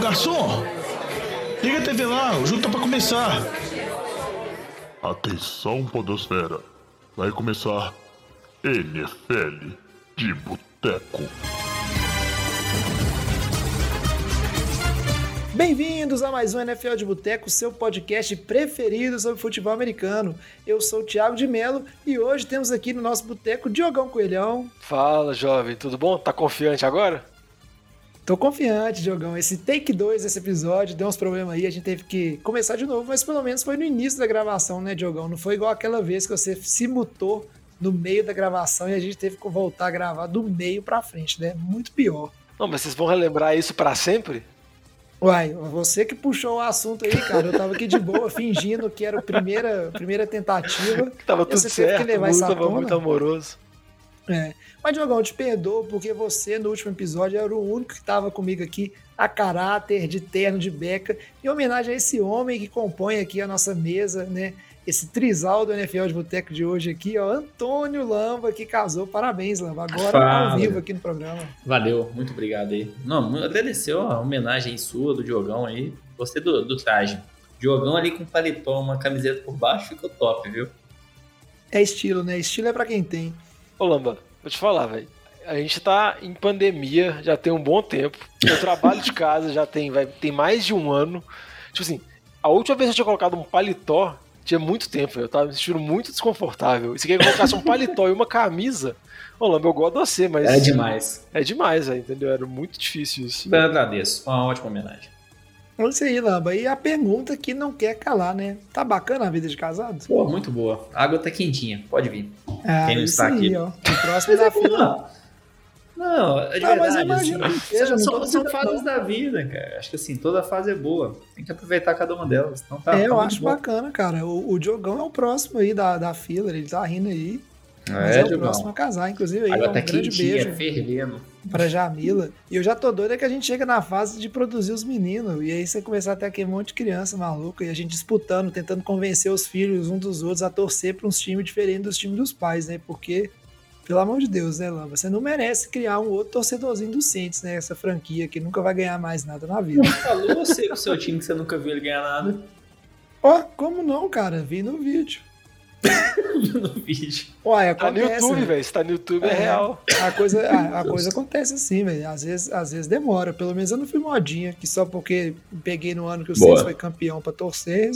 garçom! Liga a TV lá, o jogo tá pra começar. Atenção, podosfera. Vai começar NFL de Boteco. Bem-vindos a mais um NFL de Boteco, seu podcast preferido sobre futebol americano. Eu sou o Thiago de Mello e hoje temos aqui no nosso boteco Diogão Coelhão. Fala, jovem, tudo bom? Tá confiante agora? Tô confiante, Diogão. Esse take 2 desse episódio deu uns problemas aí, a gente teve que começar de novo, mas pelo menos foi no início da gravação, né, Diogão? Não foi igual aquela vez que você se mutou no meio da gravação e a gente teve que voltar a gravar do meio pra frente, né? Muito pior. Não, mas vocês vão relembrar isso pra sempre? Uai, você que puxou o assunto aí, cara. Eu tava aqui de boa, fingindo que era a primeira tentativa. Tava tudo certo, que levar isso à tona. Muito amoroso. Mas, Diogão, eu te perdoo porque você, no último episódio, era o único que tava comigo aqui a caráter, de terno, de beca, em homenagem a esse homem que compõe aqui a nossa mesa, né? Esse trisal do NFL de Boteco de hoje aqui, ó, Antônio Lamba, que casou. Parabéns, Lamba. Agora ao vivo aqui no programa. Valeu, muito obrigado aí. Não, agradeceu a homenagem sua, do Diogão aí. Gostei do traje. Diogão ali com paletó, uma camiseta por baixo, ficou top, viu? É estilo, né? Estilo é pra quem tem. Ô, Lamba, vou te falar, velho. A gente tá em pandemia já tem um bom tempo. Eu trabalho de casa já tem mais de um ano. Tipo assim, a última vez que eu tinha colocado um paletó tinha muito tempo, eu tava me sentindo muito desconfortável. E se quer que eu colocasse um paletó e uma camisa, ô Lamba, eu gosto de você, mas... É demais. É demais, véio, entendeu? Era muito difícil isso. Eu agradeço, uma ótima homenagem. Olha isso aí, Lamba. E a pergunta que não quer calar, né? Tá bacana a vida de casado? Pô, muito boa. A água tá quentinha, pode vir. Quem não está aqui, ó. O próximo da fila... Não, é de verdade, mas eu imagino assim, que seja, são fases da vida, cara. Acho que assim, toda fase é boa. Tem que aproveitar cada uma delas. Então tá, eu tá acho bom. bacana, cara. O Diogão é o próximo aí da fila, ele tá rindo aí. Mas é o Diogão. próximo a casar, inclusive aí. Água Um tá grande quentinha, beijo fervendo. pra Jamila. E eu já tô doido é que a gente chega na fase de produzir os meninos. E aí você começar a ter aquele monte de criança maluca e a gente disputando, tentando convencer os filhos uns dos outros a torcer pra uns times diferentes dos times dos pais, né? Porque... Pelo amor de Deus, né, Lamba? Você não merece criar um outro torcedorzinho do Saints, né? Essa franquia que nunca vai ganhar mais nada na vida. Falou você com o seu time que você nunca viu ele ganhar nada. Ó, como não, cara? Vi no vídeo. No vídeo. Ué, Tá no acontece. YouTube, velho. Se tá no YouTube é real. A coisa acontece assim, velho. Às vezes demora. Pelo menos eu não fui modinha, que só porque peguei no ano que o Saints foi campeão pra torcer.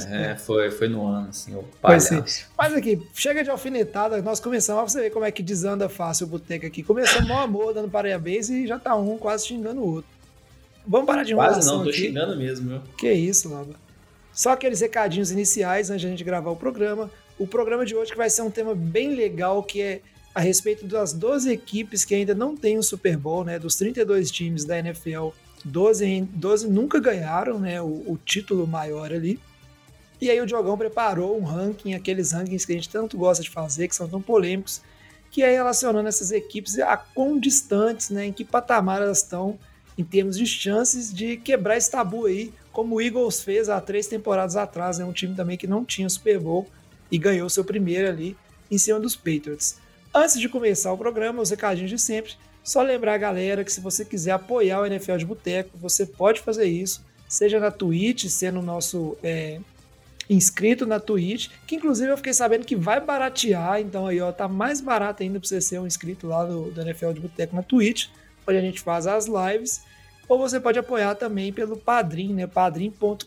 Foi no ano, assim, o Pois palhaço. sim. Mas aqui, chega de alfinetada, nós começamos, pra você ver como é que desanda fácil o boteco aqui. Começamos mó amor, dando parabéns e já tá um quase xingando o outro. Vamos parar de enrolação Quase não, tô aqui. xingando mesmo, viu? Que isso, Lamba. Só aqueles recadinhos iniciais antes de a gente gravar o programa. O programa de hoje que vai ser um tema bem legal, que é a respeito das 12 equipes que ainda não têm o Super Bowl, né? Dos 32 times da NFL, 12 nunca ganharam, né? O título maior ali. E aí o Diogão preparou um ranking, aqueles rankings que a gente tanto gosta de fazer, que são tão polêmicos, que é relacionando essas equipes a quão distantes, né? Em que patamar elas estão em termos de chances de quebrar esse tabu aí, como o Eagles fez há 3 temporadas atrás, né? Um time também que não tinha Super Bowl e ganhou seu primeiro ali em cima dos Patriots. Antes de começar o programa, os recadinhos de sempre, só lembrar a galera que se você quiser apoiar o NFL de Boteco, você pode fazer isso, seja na Twitch, sendo nosso inscrito na Twitch, que inclusive eu fiquei sabendo que vai baratear, então aí ó, tá mais barato ainda pra você ser um inscrito lá do NFL de Boteco na Twitch, onde a gente faz as lives, ou você pode apoiar também pelo Padrim, né, padrim.com.br,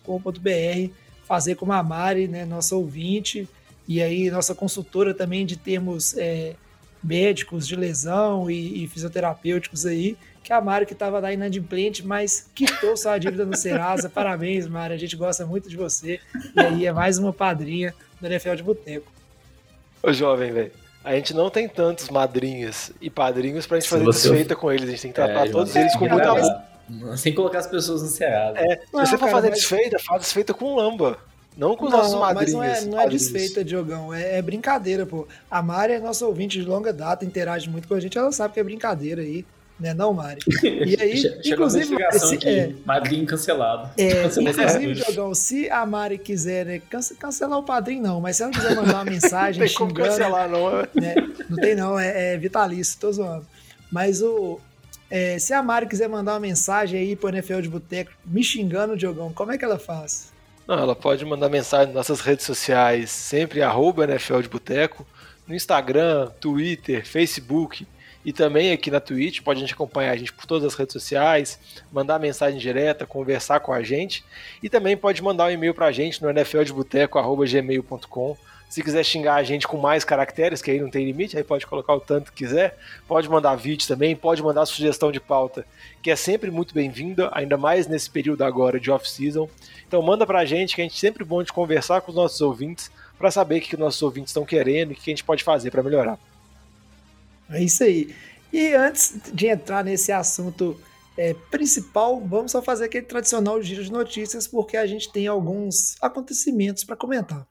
fazer como a Mari, né, nossa ouvinte, e aí nossa consultora também de termos médicos de lesão e fisioterapêuticos aí, que a Mari que estava lá inadimplente, mas quitou sua dívida no Serasa. Parabéns, Mari, a gente gosta muito de você. E aí é mais uma padrinha do NFL de Boteco. Ô, jovem, velho. A gente não tem tantos madrinhas e padrinhos pra gente fazer desfeita com eles. A gente tem que tratar todos eles com muito amor. Sem colocar as pessoas no Serasa. Se você for fazer desfeita, faz desfeita com Lamba. Não com os nossos madrinhos. Mas não é desfeita, Diogão. É brincadeira, pô. A Mari é nossa ouvinte de longa data, interage muito com a gente, ela sabe que é brincadeira aí. Né, não, Mari? E aí, inclusive, madrinho cancelado. Inclusive, Diogão, se a Mari quiser, né, cancelar o padrinho, não, mas se ela quiser mandar uma mensagem não tem como cancelar, não, né? Não tem, não, é vitalício, tô zoando. Mas Se a Mari quiser mandar uma mensagem aí pro NFL de Boteco me xingando, Diogão, como é que ela faz? Não, ela pode mandar mensagem nas nossas redes sociais, sempre @NFL de Boteco, no Instagram, Twitter, Facebook e também aqui na Twitch. Pode a gente acompanhar a gente por todas as redes sociais, mandar mensagem direta, conversar com a gente e também pode mandar um e-mail pra gente no nfldeboteco@gmail.com. Se quiser xingar a gente com mais caracteres, que aí não tem limite, aí pode colocar o tanto que quiser. Pode mandar vídeo também, pode mandar sugestão de pauta, que é sempre muito bem-vinda, ainda mais nesse período agora de off-season. Então manda pra gente, que a gente sempre bom de conversar com os nossos ouvintes, para saber o que os nossos ouvintes estão querendo e o que a gente pode fazer para melhorar. É isso aí. E antes de entrar nesse assunto principal, vamos só fazer aquele tradicional giro de notícias, porque a gente tem alguns acontecimentos para comentar.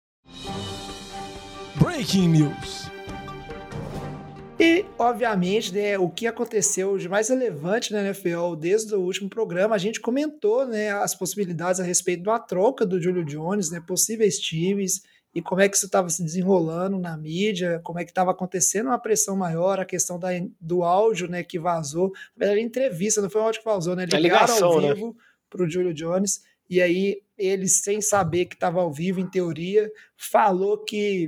Breaking News. E, obviamente, né, o que aconteceu de mais relevante na NFL desde o último programa, a gente comentou, né, as possibilidades a respeito da troca do Julio Jones, né, possíveis times, e como é que isso estava se desenrolando na mídia, como é que estava acontecendo uma pressão maior, a questão do áudio, né, que vazou. Na verdade, a entrevista, não foi o áudio que vazou, né? Ligaram ao vivo para o Julio Jones, e aí ele, sem saber que estava ao vivo, em teoria, falou,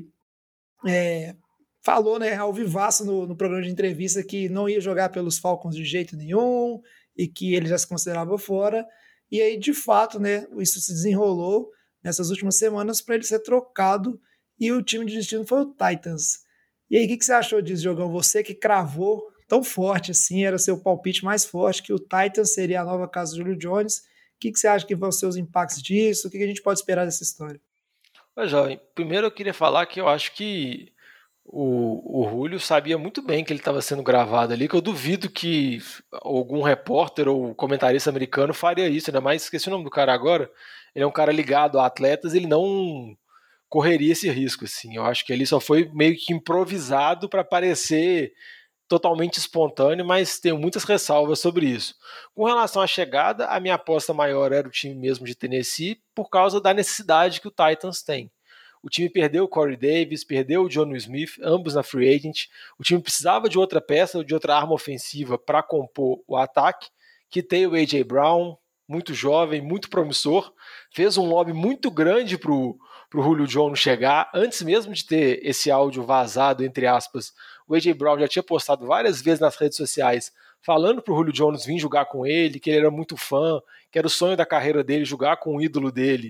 né, ao vivaço no programa de entrevista que não ia jogar pelos Falcons de jeito nenhum e que ele já se considerava fora. E aí, de fato, né, isso se desenrolou nessas últimas semanas para ele ser trocado e o time de destino foi o Titans. E aí, o que você achou disso, Diogão? Você que cravou tão forte assim, era seu palpite mais forte, que o Titans seria a nova casa do Julio Jones. O que você acha que vão ser os impactos disso? O que a gente pode esperar dessa história? Ô, jovem, primeiro eu queria falar que eu acho que o Julio sabia muito bem que ele estava sendo gravado ali, que eu duvido que algum repórter ou comentarista americano faria isso, ainda mais, esqueci o nome do cara agora, ele é um cara ligado a atletas, ele não correria esse risco, assim, eu acho que ele só foi meio que improvisado para parecer totalmente espontâneo, mas tenho muitas ressalvas sobre isso. Com relação à chegada, a minha aposta maior era o time mesmo de Tennessee, por causa da necessidade que o Titans tem. O time perdeu o Corey Davis, perdeu o Jonnu Smith, ambos na free agent. O time precisava de outra peça, de outra arma ofensiva para compor o ataque, que tem o A.J. Brown, muito jovem, muito promissor, fez um lobby muito grande para o Julio Jones chegar, antes mesmo de ter esse áudio vazado, entre aspas. O A.J. Brown já tinha postado várias vezes nas redes sociais, falando para o Julio Jones vir jogar com ele, que ele era muito fã, que era o sonho da carreira dele jogar com o ídolo dele,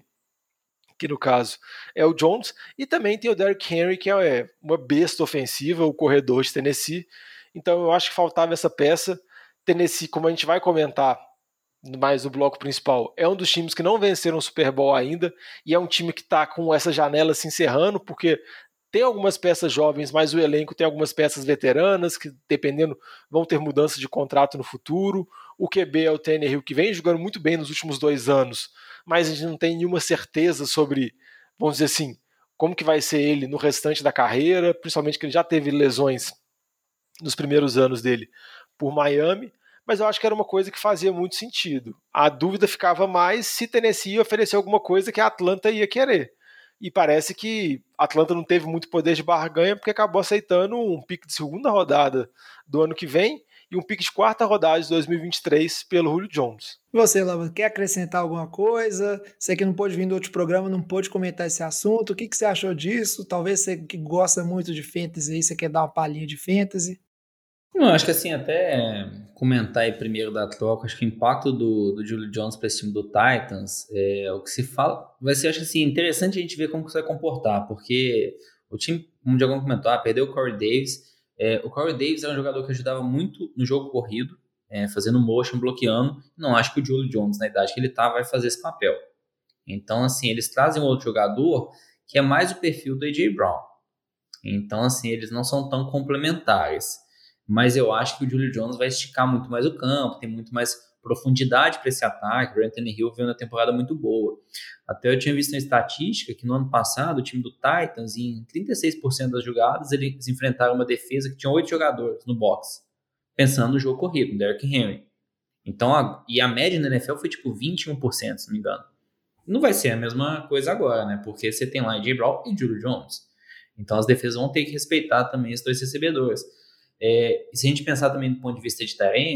que no caso é o Jones, e também tem o Derrick Henry, que é uma besta ofensiva, o corredor de Tennessee. Então eu acho que faltava essa peça. Tennessee, como a gente vai comentar mais no bloco principal, é um dos times que não venceram o Super Bowl ainda, e é um time que está com essa janela se encerrando, porque tem algumas peças jovens, mas o elenco tem algumas peças veteranas, que dependendo vão ter mudança de contrato no futuro. O QB é o Tannehill, que vem jogando muito bem nos últimos 2 anos, mas a gente não tem nenhuma certeza sobre, vamos dizer assim, como que vai ser ele no restante da carreira, principalmente que ele já teve lesões nos primeiros anos dele por Miami, mas eu acho que era uma coisa que fazia muito sentido. A dúvida ficava mais se Tennessee ia oferecer alguma coisa que a Atlanta ia querer. E parece que a Atlanta não teve muito poder de barganha, porque acabou aceitando um pique de segunda rodada do ano que vem e um pique de quarta rodada de 2023 pelo Julio Jones. E você, Lava, quer acrescentar alguma coisa? Você que não pôde vir do outro programa, não pôde comentar esse assunto. O que você achou disso? Talvez você que gosta muito de fantasy aí, você quer dar uma palhinha de fantasy? Não, acho que assim, até comentar aí primeiro da troca, acho que o impacto do Julio Jones para esse time do Titans, o que se fala, vai ser, acho que assim, interessante a gente ver como que isso vai comportar, porque o time, como o Diogão comentou, perdeu o Corey Davis. O Corey Davis era um jogador que ajudava muito no jogo corrido, fazendo motion, bloqueando. Não acho que o Julio Jones, na idade que ele tá, vai fazer esse papel. Então, assim, eles trazem um outro jogador que é mais o perfil do A.J. Brown. Então, assim, eles não são tão complementares. Mas eu acho que o Julio Jones vai esticar muito mais o campo, tem muito mais profundidade para esse ataque. O Anthony Hill veio na temporada muito boa. Até eu tinha visto uma estatística que no ano passado o time do Titans, em 36% das jogadas, eles enfrentaram uma defesa que tinha 8 jogadores no box, pensando no jogo corrido, no Derrick Henry. Então, e a média na NFL foi tipo 21%, se não me engano. Não vai ser a mesma coisa agora, né? Porque você tem lá A.J. Brown e Julio Jones. Então as defesas vão ter que respeitar também esses dois recebedores. E se a gente pensar também do ponto de vista de terreno,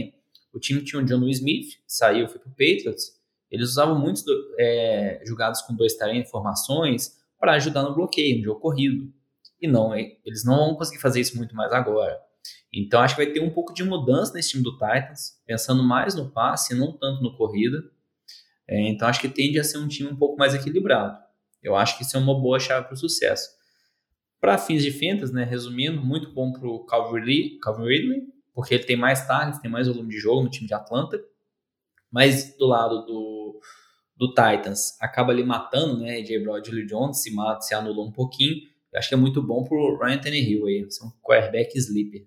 O time tinha o John Smith, que saiu, foi pro Patriots. Eles usavam muitos jogados com 2 tight end formações para ajudar no bloqueio, no jogo corrido. E não, eles não vão conseguir fazer isso muito mais agora. Então acho que vai ter um pouco de mudança nesse time do Titans, pensando mais no passe e não tanto no corrida. Então acho que tende a ser um time um pouco mais equilibrado. Eu acho que isso é uma boa chave para o sucesso. Para fins de fantasy, né, resumindo, muito bom para o Calvin Ridley, porque ele tem mais targets, tem mais volume de jogo no time de Atlanta. Mas do lado do Titans, acaba ali matando, né, AJ Brown e Julio Jones, se anulou um pouquinho. Eu acho que é muito bom pro Ryan Tannehill aí, ser um quarterback sleeper.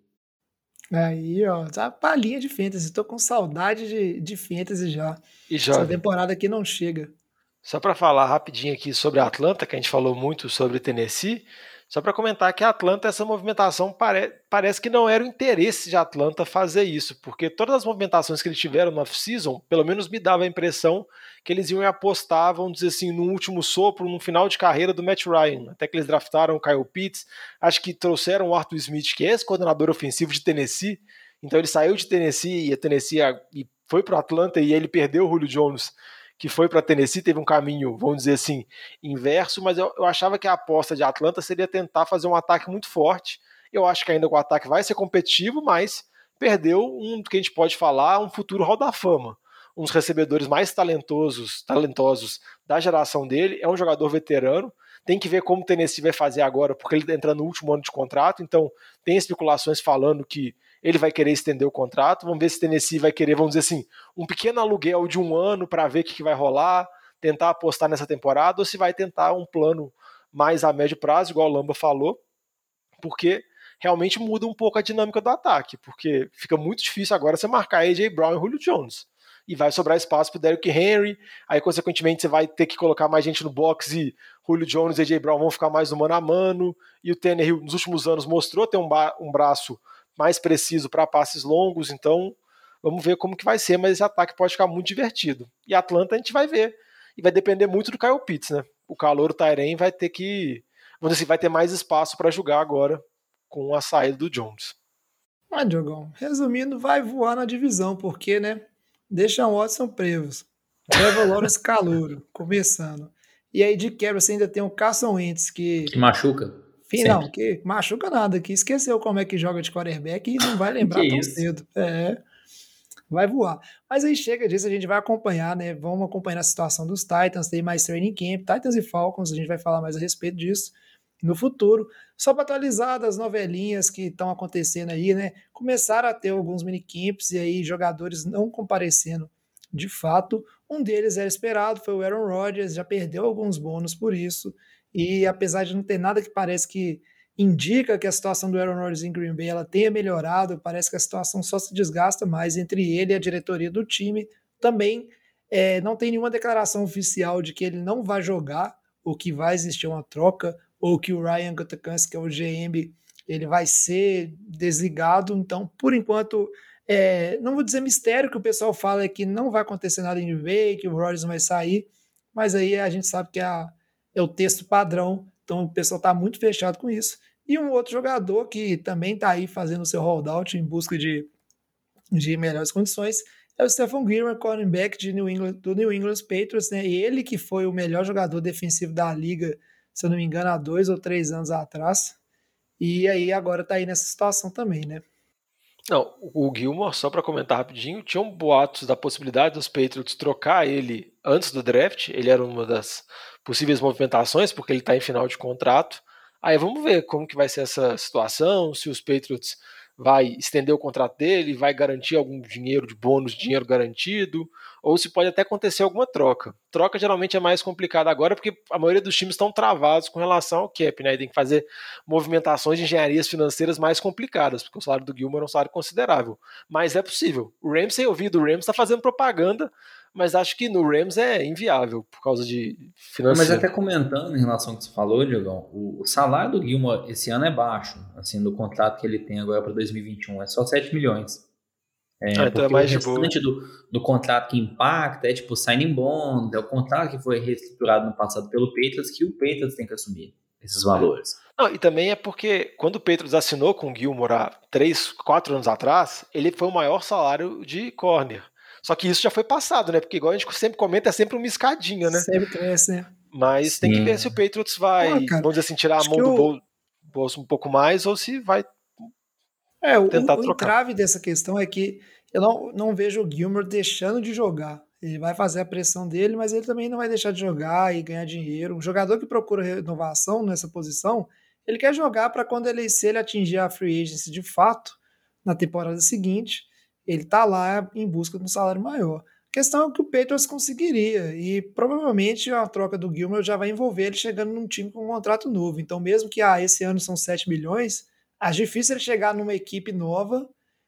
Aí, ó, tá palhinha de fantasy. Tô com saudade de fantasy já. E Essa jovem, temporada aqui não chega. só para falar rapidinho aqui sobre a Atlanta, que a gente falou muito sobre Tennessee, só para comentar que a Atlanta, essa movimentação parece que não era o interesse de Atlanta fazer isso, porque todas as movimentações que eles tiveram no off-season, pelo menos me dava a impressão que eles iam apostar, vamos dizer assim, no último sopro, no final de carreira do Matt Ryan, até que eles draftaram o Kyle Pitts, acho que trouxeram o Arthur Smith, que é esse coordenador ofensivo de Tennessee, então ele saiu de Tennessee e a Tennessee e foi para o Atlanta e ele perdeu o Julio Jones, que foi para Tennessee, teve um caminho, vamos dizer assim, inverso, mas eu achava que a aposta de Atlanta seria tentar fazer um ataque muito forte. Eu acho que ainda o ataque vai ser competitivo, mas perdeu um que a gente pode falar, um futuro Hall da Fama. Um dos recebedores mais talentosos da geração dele, é um jogador veterano, tem que ver como o Tennessee vai fazer agora, porque ele entra no último ano de contrato, então tem especulações falando que ele vai querer estender o contrato, vamos ver se o Tennessee vai querer, vamos dizer assim, um pequeno aluguel de 1 ano para ver o que vai rolar, tentar apostar nessa temporada, ou se vai tentar um plano mais a médio prazo, igual o Lamba falou, porque realmente muda um pouco a dinâmica do ataque, porque fica muito difícil agora você marcar AJ Brown e Julio Jones, e vai sobrar espaço para o Derrick Henry, aí consequentemente você vai ter que colocar mais gente no box e Julio Jones e AJ Brown vão ficar mais no mano a mano, e o Tannehill nos últimos anos mostrou ter um braço mais preciso para passes longos, então vamos ver como que vai ser, mas esse ataque pode ficar muito divertido. E Atlanta a gente vai ver, e vai depender muito do Kyle Pitts, né? O calouro Tyren vai ter que, vamos dizer assim, vai ter mais espaço para jogar agora com a saída do Jones. Mas, Diogão, resumindo, vai voar na divisão, porque, né? Deixa o Watson preso. Trevor Lawrence calouro, começando. E aí de quebra você ainda tem o Carson Wentz, que machuca. Não, que machuca nada, que esqueceu como é que joga de quarterback e não vai lembrar tão cedo. Vai voar. Mas aí chega disso, a gente vai acompanhar, né? Vamos acompanhar a situação dos Titans, tem mais training camp, Titans e Falcons, a gente vai falar mais a respeito disso no futuro. Só para atualizar das novelinhas que estão acontecendo aí, né? Começaram a ter alguns minicamps e aí jogadores não comparecendo de fato. Um deles era esperado, foi o Aaron Rodgers, já perdeu alguns bônus por isso. E apesar de não ter nada que parece que indica que a situação do Aaron Rodgers em Green Bay ela tenha melhorado, parece que a situação só se desgasta mais entre ele e a diretoria do time. Também não tem nenhuma declaração oficial de que ele não vai jogar, ou que vai existir uma troca, ou que o Ryan Gutekunst, que é o GM, ele vai ser desligado. Então, por enquanto, não vou dizer mistério, que o pessoal fala é que não vai acontecer nada em Green Bay, que o Rodgers vai sair, mas aí a gente sabe que é o texto padrão, então o pessoal está muito fechado com isso. E um outro jogador que também está aí fazendo o seu holdout em busca de melhores condições é o Stephon Gilmore, cornerback do New England Patriots, né? Ele que foi o melhor jogador defensivo da liga, se eu não me engano, há 2 ou 3 anos atrás. E aí agora está aí nessa situação também, né? Não, o Gilmore, só para comentar rapidinho, tinham boatos da possibilidade dos Patriots trocar ele antes do draft, ele era uma das possíveis movimentações, porque ele está em final de contrato. Aí vamos ver como que vai ser essa situação, se os Patriots vai estender o contrato dele, vai garantir algum dinheiro de bônus, dinheiro garantido, ou se pode até acontecer alguma troca. Troca geralmente é mais complicada agora, porque a maioria dos times estão travados com relação ao cap, né? E tem que fazer movimentações de engenharias financeiras mais complicadas, porque o salário do Gilmore é um salário considerável. Mas é possível. O Ramsey, eu vi do Rams, está fazendo propaganda, mas acho que no Rams é inviável por causa de financeiro. Mas até comentando em relação ao que você falou, Diogão, o salário do Gilmore esse ano é baixo, assim, do contrato que ele tem agora para 2021, é só 7 milhões. Então é mais de boa. O restante do contrato que impacta é tipo signing bond, é o contrato que foi reestruturado no passado pelo Patriots, que o Patriots tem que assumir esses valores. Não, e também é porque quando o Patriots assinou com o Gilmore há 3, 4 anos atrás, ele foi o maior salário de corner. Só que isso já foi passado, né? Porque igual a gente sempre comenta, é sempre uma escadinha, né? Sempre cresce, né? Mas tem que ver se o Patriots vai, Cara, vamos dizer assim, tirar a acho mão que do bolso um pouco mais ou se vai tentar o trocar. entrave dessa questão é que eu não vejo o Gilmore deixando de jogar. Ele vai fazer a pressão dele, mas ele também não vai deixar de jogar e ganhar dinheiro. Um jogador que procura renovação nessa posição, ele quer jogar para se ele atingir a free agency de fato na temporada seguinte, ele tá lá em busca de um salário maior. A questão é que o Patriots conseguiria e provavelmente a troca do Gilmore já vai envolver ele chegando num time com um contrato novo. Então, mesmo que esse ano são 7 milhões, acho difícil ele chegar numa equipe nova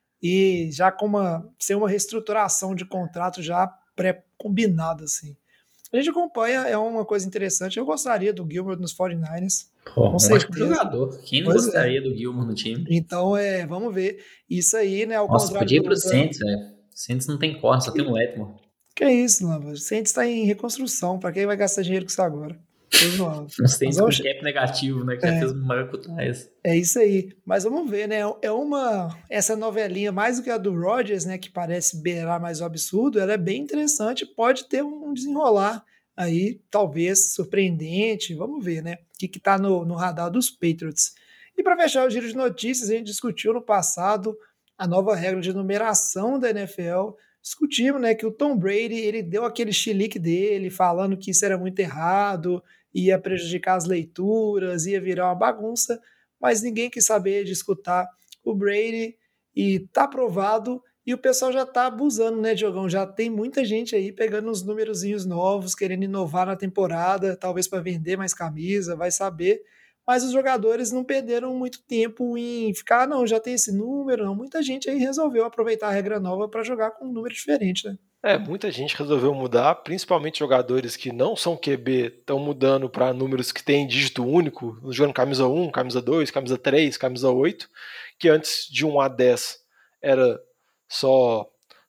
e já ser uma reestruturação de contrato já pré-combinada, assim. A gente acompanha, é uma coisa interessante. Eu gostaria do Gilmore nos 49ers. Pô, com um ótimo certeza. jogador. Quem não Pois gostaria do Gilmore no time? Então, vamos ver. Isso aí, né? Ao Nossa, contrário podia ir pro Saints, velho. Saints não tem corda, só tem um Letmore. Que isso, Lamba? O Saints está em reconstrução. Para quem vai gastar dinheiro com isso agora? Os Saints com cap negativo, né? Que já fez maracutaias. É isso aí. Mas vamos ver, né? Essa novelinha, mais do que a do Rodgers, né? Que parece beirar mais o absurdo, ela é bem interessante. Pode ter um desenrolar aí, talvez surpreendente. Vamos ver, né? O que tá no radar dos Patriots. E para fechar o giro de notícias, a gente discutiu no passado a nova regra de numeração da NFL. Discutimos, né, que o Tom Brady, ele deu aquele chilique dele, falando que isso era muito errado, ia prejudicar as leituras, ia virar uma bagunça, mas ninguém quis saber de escutar o Brady e tá aprovado. E o pessoal já tá abusando, né, Diogão? Já tem muita gente aí pegando uns númerozinhos novos, querendo inovar na temporada, talvez para vender mais camisa, vai saber. Mas os jogadores não perderam muito tempo em ficar, não, já tem esse número, não. Muita gente aí resolveu aproveitar a regra nova para jogar com um número diferente, né? Muita gente resolveu mudar, principalmente jogadores que não são QB, estão mudando para números que têm dígito único, jogando camisa 1, camisa 2, camisa 3, camisa 8, que antes de 1 a 10 era só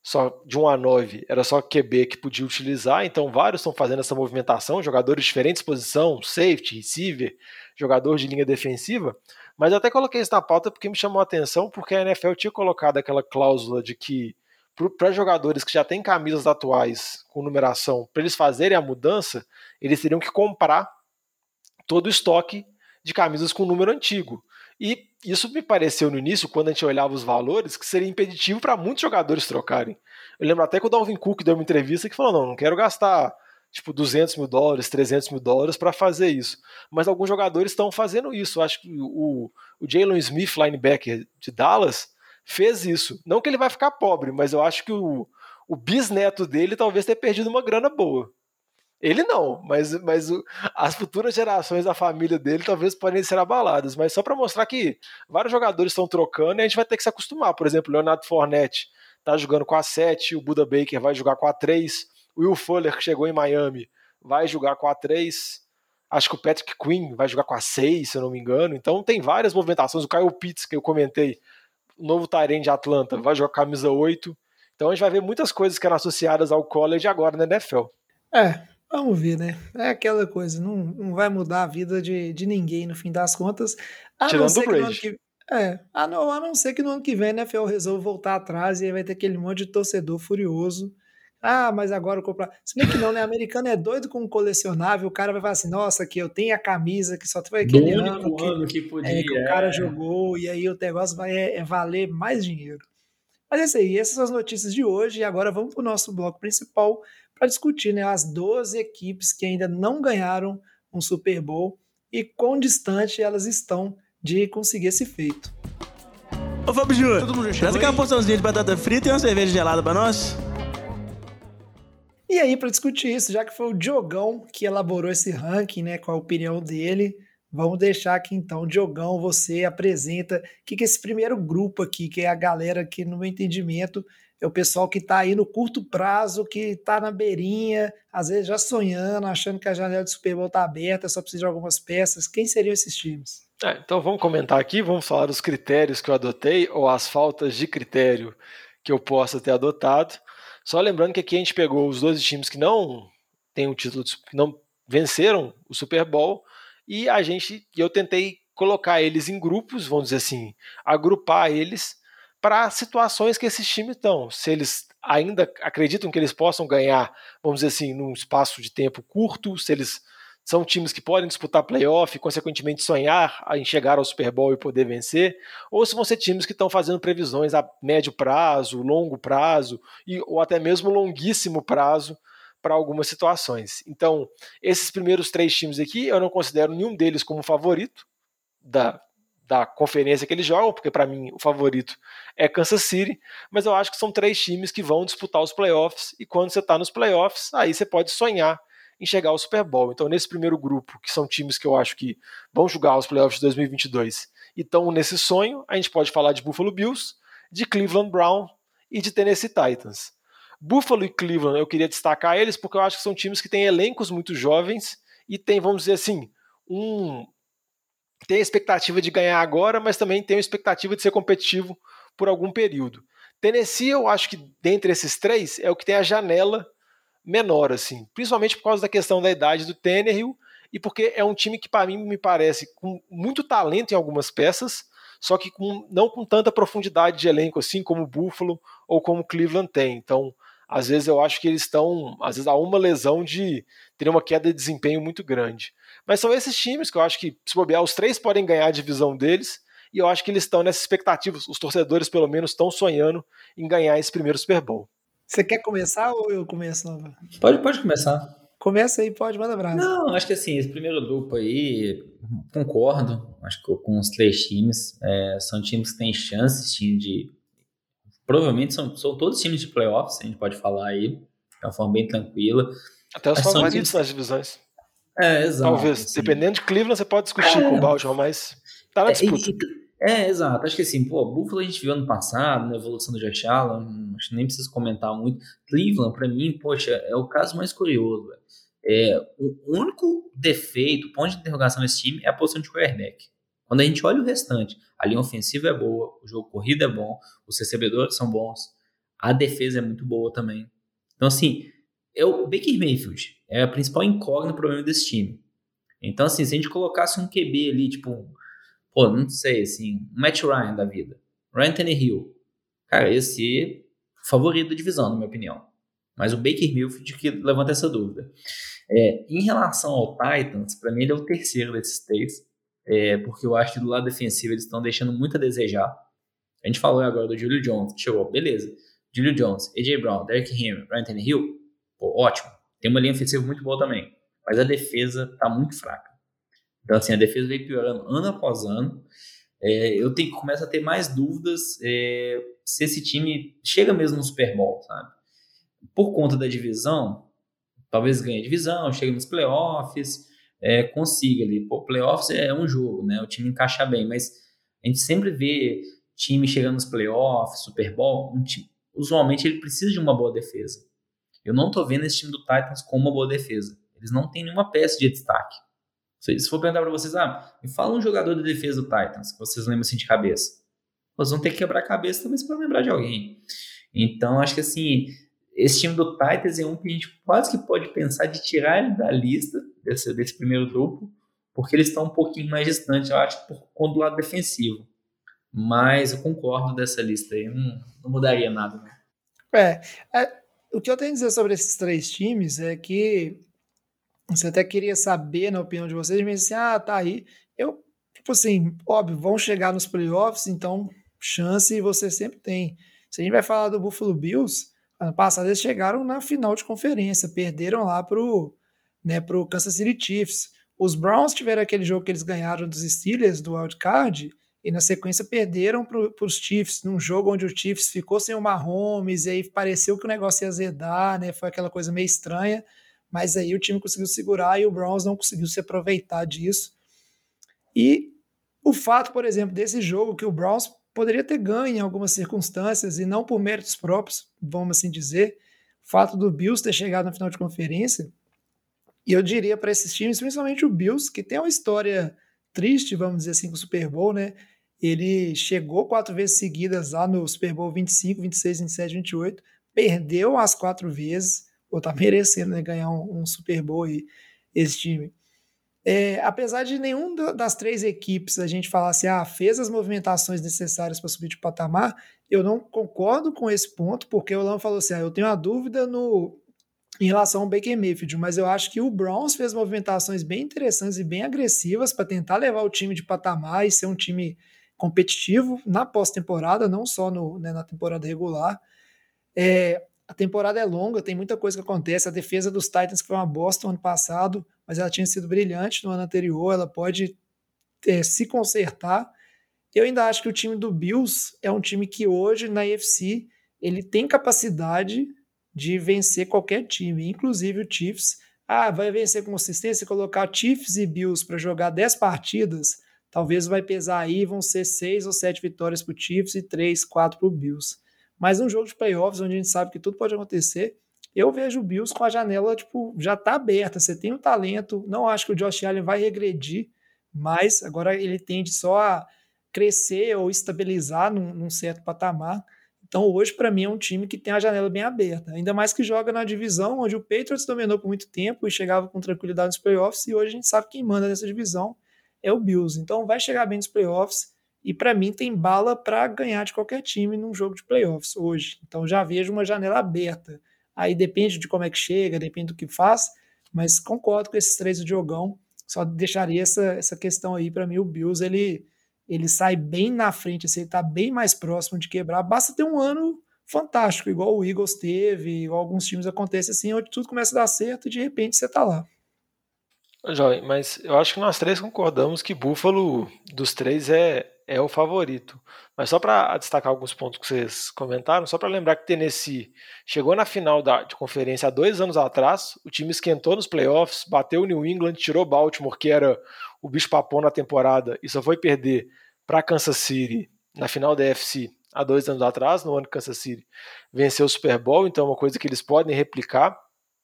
de 1 a 9 era só QB que podia utilizar, então vários estão fazendo essa movimentação, jogadores de diferentes posições, safety, receiver, jogador de linha defensiva, mas eu até coloquei isso na pauta porque me chamou a atenção, porque a NFL tinha colocado aquela cláusula de que para jogadores que já têm camisas atuais com numeração, para eles fazerem a mudança, eles teriam que comprar todo o estoque de camisas com número antigo. E isso me pareceu no início, quando a gente olhava os valores, que seria impeditivo para muitos jogadores trocarem. Eu lembro até que o Dalvin Cook deu uma entrevista que falou, não quero gastar tipo $200 mil, $300 mil para fazer isso. Mas alguns jogadores estão fazendo isso. Eu acho que o Jalen Smith, linebacker de Dallas, fez isso. Não que ele vai ficar pobre, mas eu acho que o bisneto dele talvez tenha perdido uma grana boa. Ele não, mas as futuras gerações da família dele talvez podem ser abaladas, mas só para mostrar que vários jogadores estão trocando e a gente vai ter que se acostumar. Por exemplo, o Leonardo Fournette está jogando com a 7, o Budda Baker vai jogar com a 3, o Will Fuller, que chegou em Miami, vai jogar com a 3, acho que o Patrick Quinn vai jogar com a 6, se eu não me engano. Então tem várias movimentações. O Kyle Pitts, que eu comentei, o novo Tyrande de Atlanta, vai jogar com a camisa 8. Então a gente vai ver muitas coisas que eram associadas ao college agora na NFL. Vamos ver, né? É aquela coisa, não vai mudar a vida de ninguém no fim das contas. Tirando do Brady. A não ser que no ano que vem a NFL resolva voltar atrás e aí vai ter aquele monte de torcedor furioso. Mas agora eu comprar. Se bem que não, né? Americano é doido com um colecionável, o cara vai falar assim, nossa, aqui eu tenho a camisa que só foi aquele ano que podia, que o cara jogou, e aí o negócio vai valer mais dinheiro. Mas é isso aí, essas são as notícias de hoje, e agora vamos para o nosso bloco principal para discutir, né, as 12 equipes que ainda não ganharam um Super Bowl e quão distante elas estão de conseguir esse feito. Ô Fábio Júnior, traz aquela porçãozinha de batata frita e uma cerveja gelada para nós. E aí, para discutir isso, já que foi o Diogão que elaborou esse ranking, né, com a opinião dele, vamos deixar aqui então, Diogão, você apresenta o que é esse primeiro grupo aqui, que é a galera que, no meu entendimento, é o pessoal que está aí no curto prazo, que está na beirinha, às vezes já sonhando, achando que a janela de Super Bowl está aberta, só precisa de algumas peças. Quem seriam esses times? Então vamos comentar aqui, vamos falar dos critérios que eu adotei, ou as faltas de critério que eu possa ter adotado. Só lembrando que aqui a gente pegou os 12 times que não têm o título, que não venceram o Super Bowl, e eu tentei colocar eles em grupos, vamos dizer assim, agrupar eles para situações que esses times estão. Se eles ainda acreditam que eles possam ganhar, vamos dizer assim, num espaço de tempo curto, se eles são times que podem disputar playoff e, consequentemente, sonhar em chegar ao Super Bowl e poder vencer, ou se vão ser times que estão fazendo previsões a médio prazo, longo prazo, ou até mesmo longuíssimo prazo para algumas situações. Então, esses primeiros 3 times aqui, eu não considero nenhum deles como favorito da conferência que eles jogam, porque para mim o favorito é Kansas City, mas eu acho que são 3 times que vão disputar os playoffs, e quando você está nos playoffs, aí você pode sonhar em chegar ao Super Bowl. Então, nesse primeiro grupo, que são times que eu acho que vão jogar os playoffs de 2022 e estão nesse sonho, a gente pode falar de Buffalo Bills, de Cleveland Browns e de Tennessee Titans. Buffalo e Cleveland, eu queria destacar eles porque eu acho que são times que têm elencos muito jovens e tem, vamos dizer assim, tem a expectativa de ganhar agora, mas também tem a expectativa de ser competitivo por algum período. Tennessee, eu acho que dentre esses 3 é o que tem a janela menor, assim, principalmente por causa da questão da idade do Tannehill e porque é um time que, para mim, me parece com muito talento em algumas peças, só que não com tanta profundidade de elenco assim como o Buffalo ou como o Cleveland tem. Então, às vezes eu acho que eles estão, às vezes, a uma lesão de ter uma queda de desempenho muito grande. Mas são esses times que eu acho que, se bobear, os 3 podem ganhar a divisão deles, e eu acho que eles estão nessas expectativas, os torcedores pelo menos estão sonhando em ganhar esse primeiro Super Bowl. Você quer começar ou eu começo, Nova? Pode começar. Começa aí, pode, manda brasa. Não, acho que assim, esse primeiro grupo aí, concordo, acho que com os 3 times, são times que têm chances de provavelmente são todos times de playoffs, a gente pode falar aí, de uma forma bem tranquila. Até os favoritos nas divisões. Exato. Talvez, assim, dependendo de Cleveland, você pode discutir com o Baltimore, mas tá na disputa. Exato. Acho que assim, Buffalo a gente viu ano passado, na evolução do Josh Allen, acho que nem preciso comentar muito. Cleveland, pra mim, poxa, é o caso mais curioso, velho. O único defeito, ponto de interrogação desse time é a posição de quarterback. Quando a gente olha o restante, a linha ofensiva é boa, o jogo corrido é bom, os recebedores são bons, a defesa é muito boa também. Então, assim, o Baker Mayfield é a principal incógnita no problema desse time. Então, assim, se a gente colocasse um QB ali, tipo, não sei, assim, um Matt Ryan da vida, Ryan Tannehill, cara, esse é o favorito da divisão, na minha opinião. Mas o Baker Mayfield que levanta essa dúvida. Em relação ao Titans, para mim ele é o terceiro desses 3, porque eu acho que do lado defensivo eles estão deixando muito a desejar. A gente falou agora do Julio Jones, que chegou, beleza. Julio Jones, A.J. Brown, Derrick Henry, Ryan Tannehill, ótimo. Tem uma linha ofensiva muito boa também, mas a defesa tá muito fraca. Então, assim, a defesa vem piorando ano após ano. Eu começo a ter mais dúvidas se esse time chega mesmo no Super Bowl, sabe? Por conta da divisão, talvez ganhe a divisão, chegue nos playoffs, consiga ali. Playoffs é um jogo, né? O time encaixa bem, mas a gente sempre vê time chegando nos playoffs, Super Bowl, usualmente ele precisa de uma boa defesa. Eu não tô vendo esse time do Titans com uma boa defesa. Eles não têm nenhuma peça de destaque. Se for perguntar para vocês, me fala um jogador de defesa do Titans, que vocês lembram assim de cabeça. Vocês vão ter que quebrar a cabeça talvez para lembrar de alguém. Então, acho que assim, esse time do Titans é um que a gente quase que pode pensar de tirar ele da lista desse primeiro grupo, porque eles estão um pouquinho mais distantes, eu acho, por conta do lado defensivo. Mas eu concordo dessa lista aí, não mudaria nada. Né? O que eu tenho a dizer sobre esses 3 times é que você até queria saber, na opinião de vocês, mas assim, tá aí. Eu, tipo assim, óbvio, vão chegar nos playoffs, então chance você sempre tem. Se a gente vai falar do Buffalo Bills, ano passado eles chegaram na final de conferência, perderam lá pro Kansas City Chiefs. Os Browns tiveram aquele jogo que eles ganharam dos Steelers, do Wild Card, e na sequência perderam para os Chiefs, num jogo onde o Chiefs ficou sem o Mahomes, e aí pareceu que o negócio ia azedar, né? Foi aquela coisa meio estranha, mas aí o time conseguiu segurar e o Browns não conseguiu se aproveitar disso. E o fato, por exemplo, desse jogo, que o Browns poderia ter ganho em algumas circunstâncias, e não por méritos próprios, vamos assim dizer, o fato do Bills ter chegado na final de conferência, e eu diria para esses times, principalmente o Bills, que tem uma história triste, vamos dizer assim, com o Super Bowl, né? Ele chegou 4 vezes seguidas lá no Super Bowl 25, 26, 27, 28, perdeu as 4 vezes, ou tá merecendo, né, ganhar um Super Bowl aí, esse time. Apesar de nenhum das três equipes a gente falar assim, fez as movimentações necessárias para subir de patamar, eu não concordo com esse ponto, porque o Lan falou assim, eu tenho uma dúvida em relação ao Baker Mayfield, mas eu acho que o Browns fez movimentações bem interessantes e bem agressivas para tentar levar o time de patamar e ser um time competitivo na pós-temporada, não só na temporada regular. A temporada é longa, tem muita coisa que acontece. A defesa dos Titans, que foi uma bosta no ano passado, mas ela tinha sido brilhante no ano anterior, ela pode se consertar. Eu ainda acho que o time do Bills é um time que hoje, na AFC, ele tem capacidade de vencer qualquer time, inclusive o Chiefs. Vai vencer com consistência, colocar Chiefs e Bills para jogar 10 partidas, talvez vai pesar aí, vão ser 6 ou 7 vitórias para o Chiefs e 3, 4 para o Bills. Mas num jogo de playoffs, onde a gente sabe que tudo pode acontecer, eu vejo o Bills com a janela, já tá aberta, você tem o talento, não acho que o Josh Allen vai regredir, mas agora ele tende só a crescer ou estabilizar num certo patamar. Então hoje, para mim, é um time que tem a janela bem aberta, ainda mais que joga na divisão onde o Patriots dominou por muito tempo e chegava com tranquilidade nos playoffs, e hoje a gente sabe quem manda nessa divisão é o Bills, então vai chegar bem nos playoffs, e para mim tem bala para ganhar de qualquer time num jogo de playoffs hoje. Então já vejo uma janela aberta. Aí depende de como é que chega, depende do que faz, mas concordo com esses três do Diogão. Só deixaria essa questão aí. Para mim o Bills ele sai bem na frente, assim, ele está bem mais próximo de quebrar. Basta ter um ano fantástico, igual o Eagles teve, igual alguns times acontece assim, onde tudo começa a dar certo e de repente você está lá. Jovem, mas eu acho que nós três concordamos que Buffalo, dos três, é o favorito. Mas só para destacar alguns pontos que vocês comentaram, só para lembrar que Tennessee chegou na final de conferência há 2 anos atrás, o time esquentou nos playoffs, bateu o New England, tirou Baltimore, que era o bicho-papão na temporada, e só foi perder para Kansas City na final da AFC há 2 anos atrás, no ano que Kansas City venceu o Super Bowl, então é uma coisa que eles podem replicar.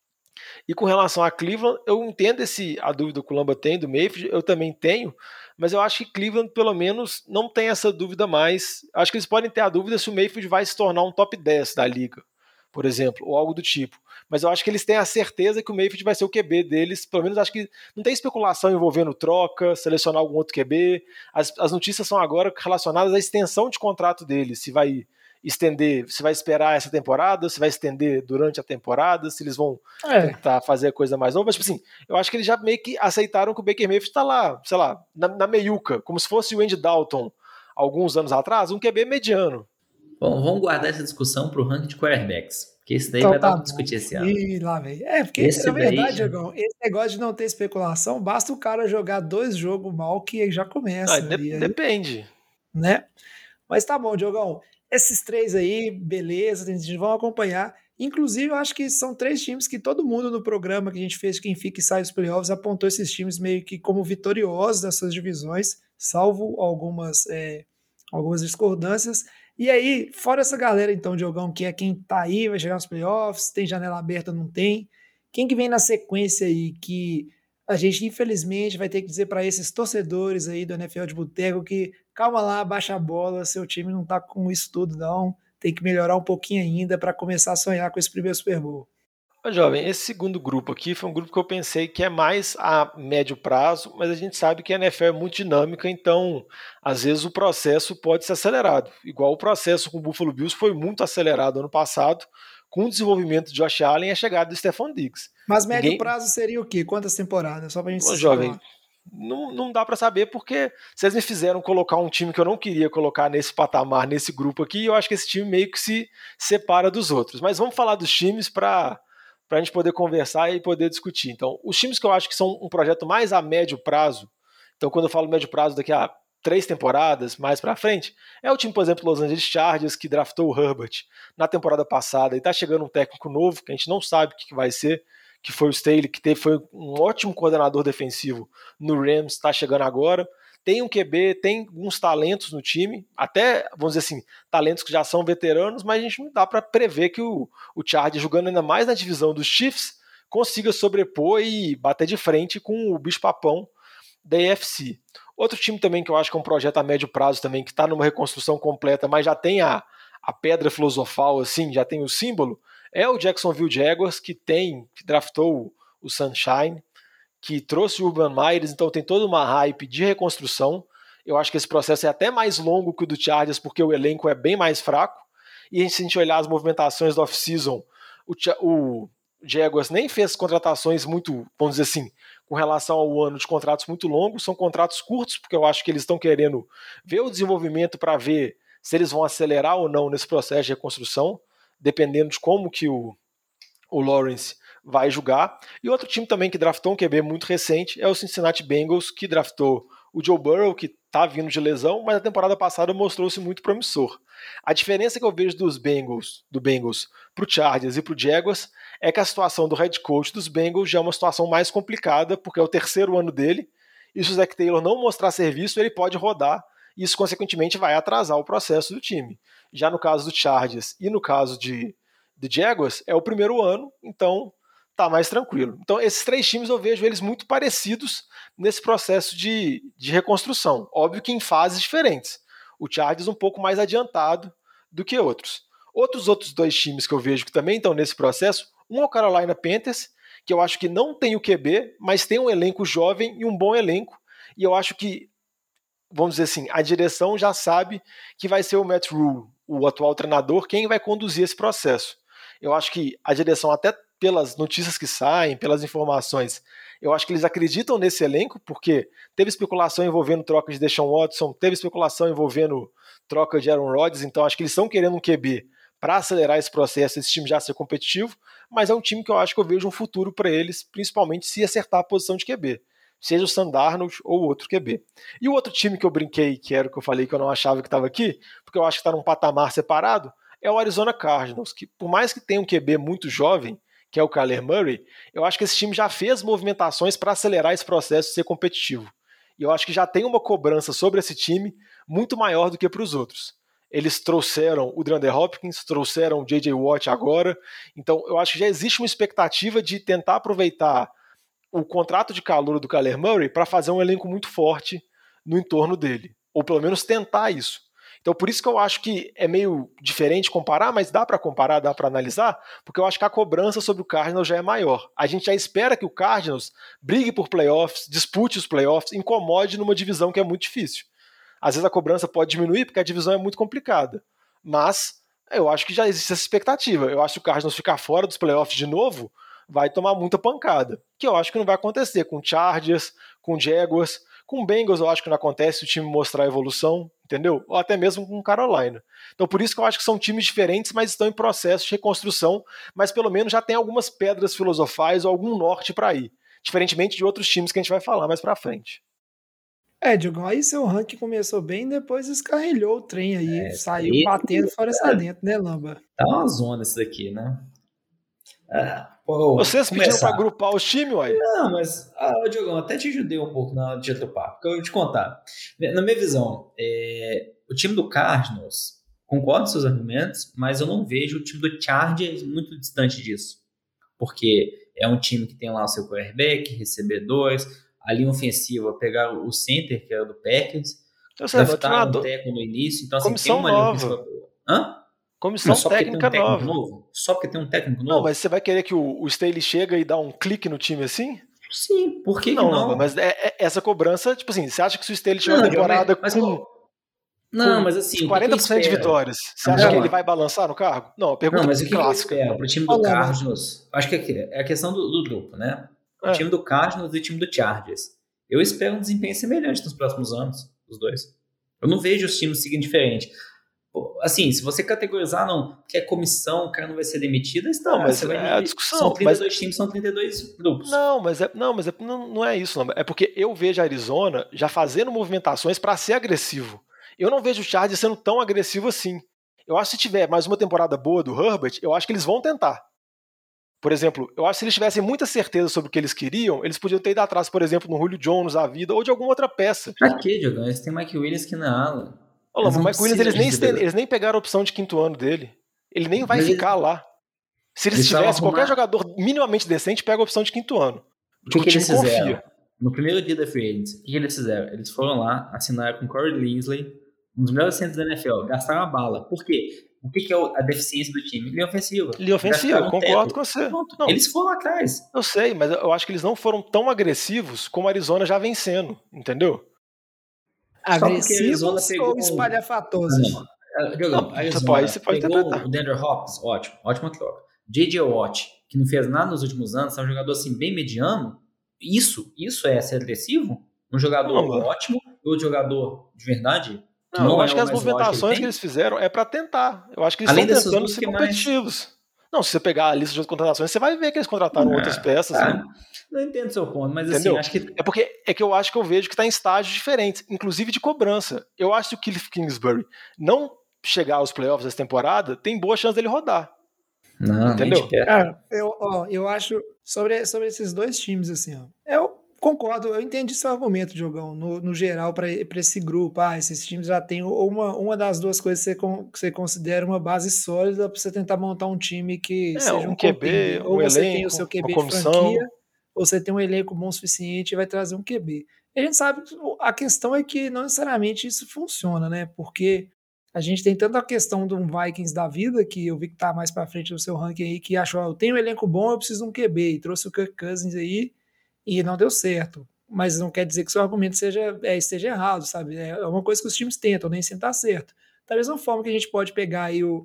E com relação a Cleveland, eu entendo a dúvida que o Lamba tem do Mayfield, eu também tenho, mas eu acho que Cleveland, pelo menos, não tem essa dúvida mais. Acho que eles podem ter a dúvida se o Mayfield vai se tornar um top 10 da liga, por exemplo, ou algo do tipo. Mas eu acho que eles têm a certeza que o Mayfield vai ser o QB deles, pelo menos acho que não tem especulação envolvendo troca, selecionar algum outro QB. As notícias são agora relacionadas à extensão de contrato deles, se vai estender, se vai esperar essa temporada, se vai estender durante a temporada, se eles vão tentar fazer a coisa mais nova. Mas, tipo assim, eu acho que eles já meio que aceitaram que o Baker Mayfield está lá, sei lá, na meiuca, como se fosse o Andy Dalton alguns anos atrás, um QB mediano. Bom, vamos guardar essa discussão para o ranking de quarterbacks, porque isso daí vai dar para discutir esse ano. Lá, porque, na verdade, Diogão, esse negócio de não ter especulação, basta o cara jogar 2 jogos mal que já começa. Depende. Né? Mas tá bom, Diogão. Esses 3 aí, beleza, a gente vai acompanhar. Inclusive, eu acho que são 3 times que todo mundo no programa que a gente fez, quem fica e sai dos playoffs, apontou esses times meio que como vitoriosos dessas divisões, salvo algumas discordâncias. E aí, fora essa galera, então, Diogão, que é quem tá aí, vai chegar nos playoffs, tem janela aberta, não tem. Quem que vem na sequência aí que a gente, infelizmente, vai ter que dizer para esses torcedores aí do NFL de Boteco que calma lá, baixa a bola, seu time não tá com isso tudo, não. Tem que melhorar um pouquinho ainda para começar a sonhar com esse primeiro Super Bowl. Jovem, esse segundo grupo aqui foi um grupo que eu pensei que é mais a médio prazo, mas a gente sabe que a NFL é muito dinâmica, então às vezes o processo pode ser acelerado. Igual o processo com o Buffalo Bills foi muito acelerado ano passado, com o desenvolvimento de Josh Allen e a chegada do Stephon Diggs. Mas médio prazo seria o quê? Quantas temporadas? Só pra gente Jovem, não dá para saber, porque vocês me fizeram colocar um time que eu não queria colocar nesse patamar, nesse grupo aqui, e eu acho que esse time meio que se separa dos outros. Mas vamos falar dos times para a gente poder conversar e poder discutir. Então, os times que eu acho que são um projeto mais a médio prazo, então quando eu falo médio prazo daqui a 3 temporadas mais para frente, é o time, por exemplo, Los Angeles Chargers, que draftou o Herbert na temporada passada e está chegando um técnico novo, que a gente não sabe o que vai ser, que foi o Staley, que foi um ótimo coordenador defensivo no Rams, está chegando agora. Tem um QB, tem alguns talentos no time, até, vamos dizer assim, talentos que já são veteranos, mas a gente não dá para prever que o Chargers, jogando ainda mais na divisão dos Chiefs, consiga sobrepor e bater de frente com o bicho-papão da AFC. Outro time também que eu acho que é um projeto a médio prazo também, que está numa reconstrução completa, mas já tem a pedra filosofal, assim, já tem o símbolo, é o Jacksonville Jaguars, que draftou o Sunshine, que trouxe o Urban Meyer, então tem toda uma hype de reconstrução. Eu acho que esse processo é até mais longo que o do Chargers, porque o elenco é bem mais fraco. E se a gente olhar as movimentações do off-season, o Jaguars nem fez contratações muito, vamos dizer assim, com relação ao ano de contratos muito longos, são contratos curtos, porque eu acho que eles estão querendo ver o desenvolvimento para ver se eles vão acelerar ou não nesse processo de reconstrução, dependendo de como que o Lawrence vai jogar. E outro time também que draftou um QB muito recente é o Cincinnati Bengals, que draftou o Joe Burrow, que está vindo de lesão, mas a temporada passada mostrou-se muito promissor. A diferença que eu vejo do Bengals para o Chargers e para o Jaguars é que a situação do head coach dos Bengals já é uma situação mais complicada, porque é o terceiro ano dele, e se o Zac Taylor não mostrar serviço, ele pode rodar, e isso consequentemente vai atrasar o processo do time. Já no caso do Chargers e no caso de Jaguars, é o primeiro ano, então tá mais tranquilo. Então esses três times eu vejo eles muito parecidos nesse processo de reconstrução. Óbvio que em fases diferentes. O Chargers um pouco mais adiantado do que outros. Outros dois times que eu vejo que também estão nesse processo, um é o Carolina Panthers, que eu acho que não tem o QB, mas tem um elenco jovem e um bom elenco, e eu acho que, vamos dizer assim, a direção já sabe que vai ser o Matt Rhule, o atual treinador, quem vai conduzir esse processo. Eu acho que a direção, até pelas notícias que saem, pelas informações, eu acho que eles acreditam nesse elenco, porque teve especulação envolvendo troca de Deshaun Watson, teve especulação envolvendo troca de Aaron Rodgers, então acho que eles estão querendo um QB para acelerar esse processo, esse time já ser competitivo, mas é um time que eu acho que eu vejo um futuro para eles, principalmente se acertar a posição de QB, seja o Sam Darnold ou outro QB. E o outro time que eu brinquei, que era o que eu falei que eu não achava que estava aqui, porque eu acho que está num patamar separado, é o Arizona Cardinals, que por mais que tenha um QB muito jovem, que é o Kyler Murray, eu acho que esse time já fez movimentações para acelerar esse processo de ser competitivo. E eu acho que já tem uma cobrança sobre esse time muito maior do que para os outros. Eles trouxeram o DeAndre Hopkins, trouxeram o J.J. Watt agora, então eu acho que já existe uma expectativa de tentar aproveitar o contrato de calouro do Kyler Murray para fazer um elenco muito forte no entorno dele, ou pelo menos tentar isso. Então por isso que eu acho que é meio diferente comparar, mas dá para comparar, dá para analisar, porque eu acho que a cobrança sobre o Cardinals já é maior. A gente já espera que o Cardinals brigue por playoffs, dispute os playoffs, incomode numa divisão que é muito difícil. Às vezes a cobrança pode diminuir porque a divisão é muito complicada, mas eu acho que já existe essa expectativa. Eu acho que o Cardinals ficar fora dos playoffs de novo vai tomar muita pancada, que eu acho que não vai acontecer com Chargers, com Jaguars, com Bengals eu acho que não acontece se o time mostrar evolução, entendeu? Ou até mesmo com Carolina. Então por isso que eu acho que são times diferentes, mas estão em processo de reconstrução, mas pelo menos já tem algumas pedras filosofais ou algum norte para ir, diferentemente de outros times que a gente vai falar mais para frente. Diogão, aí seu ranking começou bem, depois escarrilhou o trem aí, saiu batendo fora dentro, né, Lamba? Tá uma zona isso daqui, né? Vocês pediram pra agrupar os times, uai? Não, mas, Diogão, até te ajudei um pouco na hora de atopar, porque eu vou te contar. Na minha visão, o time do Cardinals, concordo com seus argumentos, mas eu não vejo o time do Chargers muito distante disso. Porque é um time que tem lá o seu quarterback, recebedores, a linha ofensiva, pegar o center, que era do Packers, draftar um técnico no início, então assim, comissão tem uma linha ofensiva boa. Hã? Comissão técnica nova. Só porque tem um técnico novo? Não, mas você vai querer que o Staley chega e dá um clique no time assim? Sim, por que não? Mas essa cobrança, tipo assim, você acha que se o Staley tiver uma temporada mas assim, 40% de vitórias, você acha que ele vai balançar no cargo? Não, a pergunta mas o que clássica. Eu espero pro time do Cardinals? Acho que é a questão do grupo, né? O time do Cardinals e o time do Chargers. Eu espero um desempenho semelhante nos próximos anos, os dois. Eu não vejo os times seguindo diferente. Assim, se você categorizar, que é comissão, o cara não vai ser demitido, você vai a discussão. São 32 times, são 32 grupos. Não é isso, não. É porque eu vejo a Arizona já fazendo movimentações para ser agressivo. Eu não vejo o Chargers sendo tão agressivo assim. Eu acho que se tiver mais uma temporada boa do Herbert, eu acho que eles vão tentar. Por exemplo, eu acho que se eles tivessem muita certeza sobre o que eles queriam, eles podiam ter ido atrás, por exemplo, no Julio Jones, a vida, ou de alguma outra peça. Pra quê, Diogão? Eles têm Mike Williams aqui na ala. Olha, o Mike Williams, eles nem pegaram a opção de quinto ano dele. Ele nem vai ficar lá. Se eles tivessem, qualquer jogador minimamente decente pega a opção de quinto ano. O que eles fizeram? No primeiro dia da Free Agency, o que eles fizeram? Eles foram lá, assinaram com Corey Linsley, um dos melhores centros da NFL, gastaram a bala. Por quê? O que é a deficiência do time? Linha ofensiva. Linha ofensiva, eu concordo com você. Não. Eles foram atrás. Eu sei, mas eu acho que eles não foram tão agressivos como a Arizona já vem sendo, entendeu? Agressivos ou espalhafatosos? Diogão, Arizona pegou o DeAndre Hopkins, ótima troca. J.J. Watt, que não fez nada nos últimos anos, é um jogador assim bem mediano. Isso é ser agressivo? Um jogador ótimo e outro jogador de verdade? Não, eu acho que as movimentações que eles fizeram é pra tentar. Eu acho que eles estão tentando ser competitivos. Não, se você pegar a lista de contratações, você vai ver que eles contrataram outras peças. Né? Não entendo o seu ponto, mas entendeu? Assim, acho que... É que eu acho que eu vejo que está em estágios diferentes, inclusive de cobrança. Eu acho que o Cliff Kingsbury não chegar aos playoffs dessa temporada, tem boa chance dele rodar. Não, entendeu? Cara, eu acho sobre esses dois times, assim, ó. Eu concordo, eu entendi seu argumento, Diogão, no geral, para esse grupo. Esses times já tem uma das duas coisas que você considera uma base sólida para você tentar montar um time que seja um QB, ou você elenco, tem o seu QB de franquia, ou você tem um elenco bom o suficiente e vai trazer um QB. E a gente sabe que a questão é que não necessariamente isso funciona, né? Porque a gente tem tanto a questão de um Vikings da vida, que eu vi que tá mais para frente no seu ranking aí, que achou, eu tenho um elenco bom, eu preciso de um QB, e trouxe o Kirk Cousins aí, e não deu certo. Mas não quer dizer que seu argumento esteja errado, sabe? É uma coisa que os times tentam, nem sempre tá certo. Da mesma forma que a gente pode pegar aí o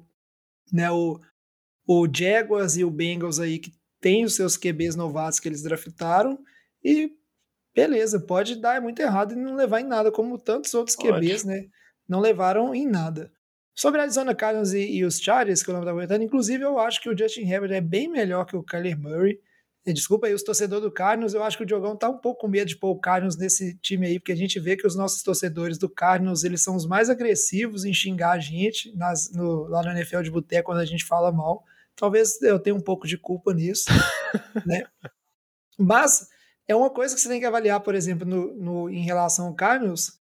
Jaguars e o Bengals aí, que tem os seus QBs novatos que eles draftaram, e beleza, pode dar muito errado e não levar em nada, como tantos outros QBs, né? Não levaram em nada. Sobre a Arizona Cardinals e os Chargers, que eu não estava comentando, inclusive eu acho que o Justin Herbert é bem melhor que o Kyler Murray. Desculpa aí os torcedores do Cardinals, eu acho que o Diogão tá um pouco com medo de pôr o Cardinals nesse time aí, porque a gente vê que os nossos torcedores do Cardinals, eles são os mais agressivos em xingar a gente lá no NFL de boteco quando a gente fala mal. Talvez eu tenha um pouco de culpa nisso, né? Mas é uma coisa que você tem que avaliar, por exemplo, em relação ao Cardinals.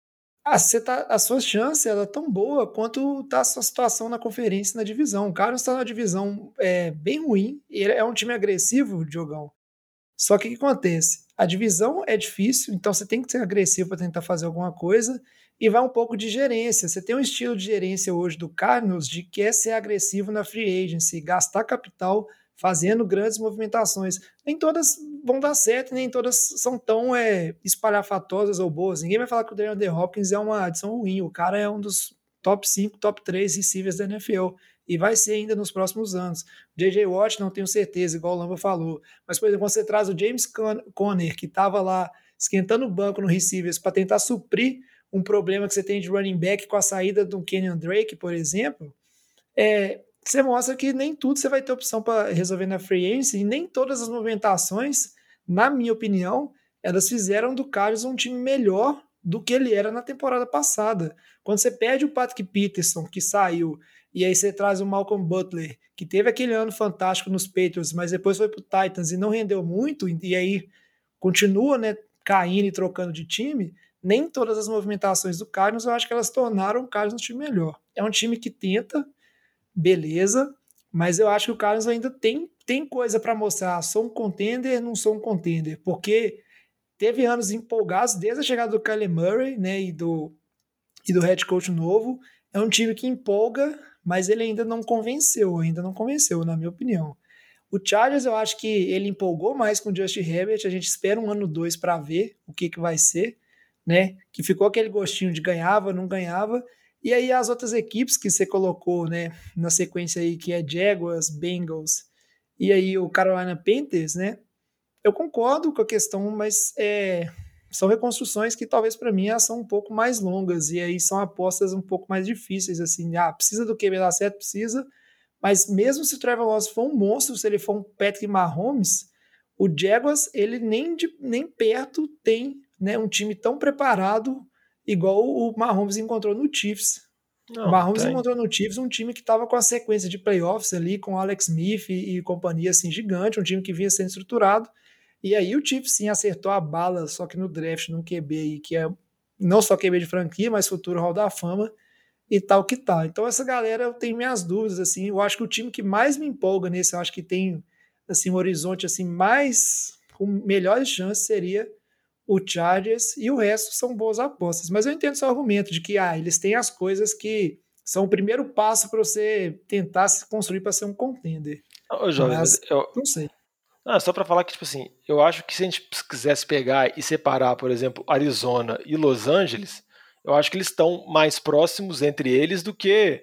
A sua chance ela é tão boa quanto está a sua situação na conferência, na divisão. O Cardinals está na divisão bem ruim, ele é um time agressivo, Diogão. Só que o que acontece? A divisão é difícil, então você tem que ser agressivo para tentar fazer alguma coisa, e vai um pouco de gerência. Você tem um estilo de gerência hoje do Cardinals de quer ser agressivo na free agency, gastar capital fazendo grandes movimentações. Nem todas vão dar certo, nem todas são tão espalhafatosas ou boas. Ninguém vai falar que o DeAndre Hopkins é uma adição ruim. O cara é um dos top 5, top 3 receivers da NFL. E vai ser ainda nos próximos anos. J.J. Watt, não tenho certeza, igual o Lamba falou. Mas, por exemplo, quando você traz o James Conner, que estava lá esquentando o banco no receivers para tentar suprir um problema que você tem de running back com a saída do Kenyon Drake, por exemplo, você mostra que nem tudo você vai ter opção para resolver na free agency, e nem todas as movimentações, na minha opinião, elas fizeram do Cardinals um time melhor do que ele era na temporada passada. Quando você perde o Patrick Peterson, que saiu, e aí você traz o Malcolm Butler, que teve aquele ano fantástico nos Patriots, mas depois foi pro Titans e não rendeu muito, e aí continua, né, caindo e trocando de time, nem todas as movimentações do Cardinals, eu acho que elas tornaram o Cardinals um time melhor. É um time que tenta, beleza, mas eu acho que o Cardinals ainda tem coisa para mostrar. Sou um contender, não sou um contender, porque teve anos empolgados desde a chegada do Kyler Murray, né, e do head coach novo. É um time que empolga, mas ele ainda não convenceu, na minha opinião. O Chargers, eu acho que ele empolgou mais com o Justin Herbert. A gente espera um ano 2 para ver o que vai ser, né? Que ficou aquele gostinho de ganhava, não ganhava. E aí as outras equipes que você colocou, né, na sequência aí, que é Jaguars, Bengals e aí o Carolina Panthers, né? Eu concordo com a questão, mas são reconstruções que talvez para mim elas são um pouco mais longas, e aí são apostas um pouco mais difíceis, assim, precisa do QB dar certo? Precisa, mas mesmo se o Trevor Lawrence for um monstro, se ele for um Patrick Mahomes, o Jaguars, ele nem perto tem, né, um time tão preparado igual o Mahomes encontrou no Chiefs. O Mahomes encontrou no Chiefs um time que estava com a sequência de playoffs ali, com Alex Smith e companhia assim, gigante, um time que vinha sendo estruturado. E aí o Chiefs sim acertou a bala, só que no draft, num QB aí, que é não só QB de franquia, mas futuro Hall da Fama e tal que tal. Então essa galera, eu tenho minhas dúvidas, assim, eu acho que o time que mais me empolga nesse, eu acho que tem assim, um horizonte assim, mais, com melhores chances seria o Chargers, e o resto são boas apostas. Mas eu entendo seu argumento de que eles têm as coisas que são o primeiro passo para você tentar se construir para ser um contender. Ô, jovem, Mas, não sei. Só pra falar que, tipo assim, eu acho que se a gente quisesse pegar e separar, por exemplo, Arizona e Los Angeles, eu acho que eles estão mais próximos entre eles do que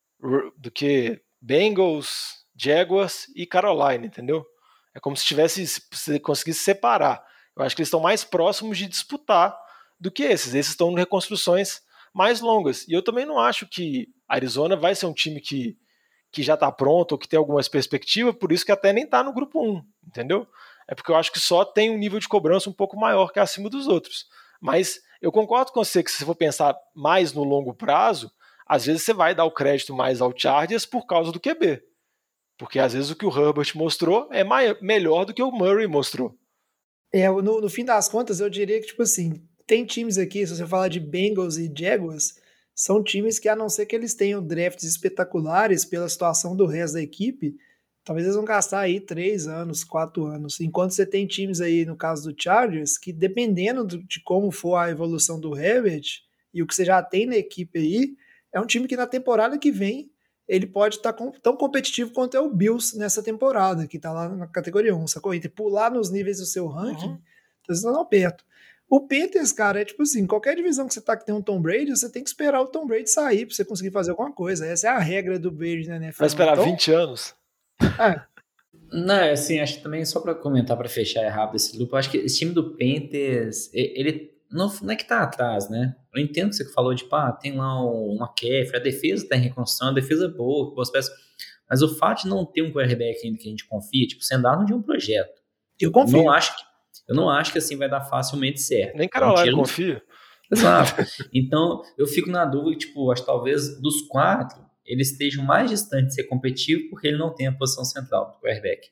Bengals, Jaguars e Carolina, entendeu? É como se você conseguisse separar. Eu acho que eles estão mais próximos de disputar do que esses. Esses estão em reconstruções mais longas. E eu também não acho que Arizona vai ser um time que já está pronto ou que tem algumas perspectivas, por isso que até nem está no grupo 1, entendeu? É porque eu acho que só tem um nível de cobrança um pouco maior que acima dos outros. Mas eu concordo com você que se você for pensar mais no longo prazo, às vezes você vai dar o crédito mais ao Chargers por causa do QB. Porque às vezes o que o Herbert mostrou é melhor do que o Murray mostrou. No fim das contas, eu diria que, tipo assim, tem times aqui, se você falar de Bengals e Jaguars, são times que, a não ser que eles tenham drafts espetaculares pela situação do resto da equipe, talvez eles vão gastar aí 3 anos, 4 anos. Enquanto você tem times aí, no caso do Chargers, que dependendo de como for a evolução do Herbert e o que você já tem na equipe aí, é um time que na temporada que vem ele pode estar tão competitivo quanto é o Bills nessa temporada, que está lá na categoria 1, sacou? E pular nos níveis do seu ranking, então vocês estão perto. O Panthers, cara, é tipo assim, qualquer divisão que você tá que tem um Tom Brady, você tem que esperar o Tom Brady sair pra você conseguir fazer alguma coisa. Essa é a regra do Brady na NFL. Vai esperar 20 anos? Não, assim, acho que também só pra comentar, pra fechar rápido esse grupo, eu acho que esse time do Panthers, ele não é que tá atrás, né? Eu entendo que você falou de, tem lá uma McCaffrey, a defesa tá em reconstrução, a defesa é boa, boas peças, mas o fato de não ter um quarterback ainda que a gente confia, tipo, você andar de um projeto. Eu confio. Eu não acho que assim vai dar facilmente certo. Nem Carolina confia. Exato. Então, eu fico na dúvida, tipo, acho que talvez dos 4, ele esteja mais distante de ser competitivo porque ele não tem a posição central do quarterback.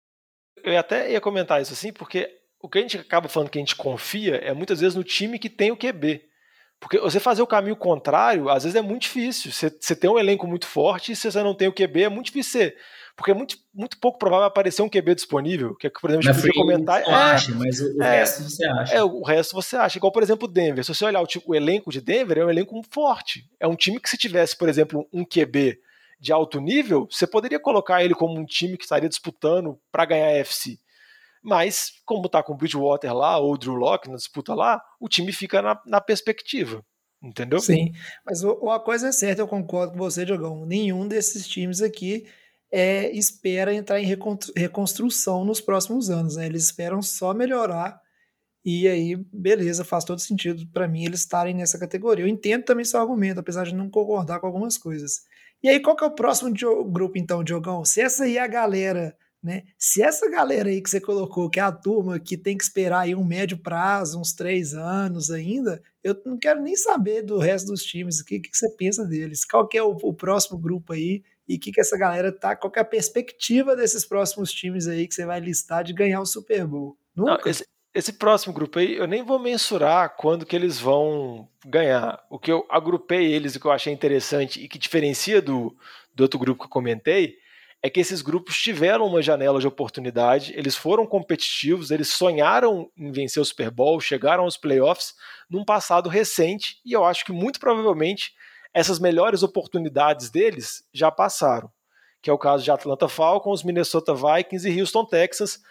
Eu até ia comentar isso assim, porque o que a gente acaba falando que a gente confia é muitas vezes no time que tem o QB. Porque você fazer o caminho contrário, às vezes é muito difícil. Você tem um elenco muito forte e se você não tem o QB, é muito difícil. Porque é muito pouco provável aparecer um QB disponível. Que, por exemplo, a gente podia comentar. Mas o resto você acha. O resto você acha. Igual, por exemplo, o Denver. Se você olhar o elenco de Denver, é um elenco forte. É um time que, se tivesse, por exemplo, um QB de alto nível, você poderia colocar ele como um time que estaria disputando para ganhar a AFC. Mas, como tá com o Bridgewater lá, ou o Drew Lock na disputa lá, o time fica na perspectiva. Entendeu? Sim, mas uma coisa é certa, eu concordo com você, Diogão. Nenhum desses times aqui espera entrar em reconstrução nos próximos anos, né? Eles esperam só melhorar e aí, beleza, faz todo sentido para mim eles estarem nessa categoria. Eu entendo também seu argumento, apesar de não concordar com algumas coisas. E aí, qual que é o próximo grupo então, Diogão? Se essa aí é a galera, né? Se essa galera aí que você colocou, que é a turma que tem que esperar aí um médio prazo, uns 3 anos ainda, eu não quero nem saber do resto dos times. O que você pensa deles? Qual que é o próximo grupo aí? E o que essa galera tá? Qual que é a perspectiva desses próximos times aí que você vai listar de ganhar o Super Bowl? Nunca? Não, esse próximo grupo aí, eu nem vou mensurar quando que eles vão ganhar. O que eu agrupei eles, o que eu achei interessante e que diferencia do outro grupo que eu comentei, é que esses grupos tiveram uma janela de oportunidade, eles foram competitivos, eles sonharam em vencer o Super Bowl, chegaram aos playoffs num passado recente, e eu acho que muito provavelmente essas melhores oportunidades deles já passaram, que é o caso de Atlanta Falcons, Minnesota Vikings e Houston Texans,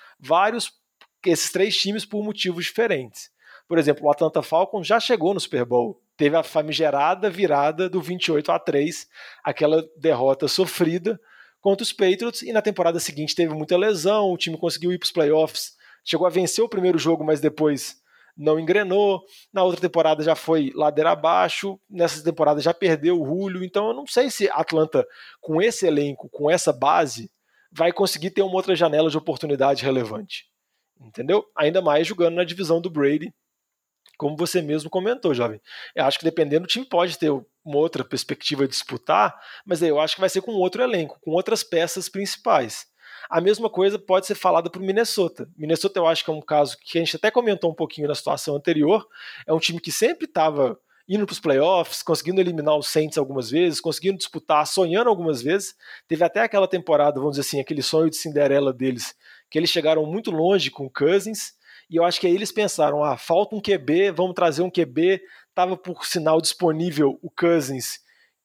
esses 3 times por motivos diferentes. Por exemplo, o Atlanta Falcons já chegou no Super Bowl, teve a famigerada virada do 28-3, aquela derrota sofrida contra os Patriots, e na temporada seguinte teve muita lesão, o time conseguiu ir para os playoffs, chegou a vencer o primeiro jogo, mas depois não engrenou, na outra temporada já foi ladeira abaixo, nessa temporada já perdeu o Julio, então eu não sei se Atlanta, com esse elenco, com essa base, vai conseguir ter uma outra janela de oportunidade relevante, entendeu? Ainda mais jogando na divisão do Brady, como você mesmo comentou, jovem. Eu acho que dependendo, o time pode ter uma outra perspectiva de disputar, mas aí eu acho que vai ser com outro elenco, com outras peças principais. A mesma coisa pode ser falada para o Minnesota. Minnesota eu acho que é um caso que a gente até comentou um pouquinho na situação anterior, é um time que sempre estava indo para os playoffs, conseguindo eliminar os Saints algumas vezes, conseguindo disputar, sonhando algumas vezes. Teve até aquela temporada, vamos dizer assim, aquele sonho de Cinderela deles, que eles chegaram muito longe com o Cousins, e eu acho que aí eles pensaram, falta um QB, vamos trazer um QB, estava por sinal disponível o Cousins,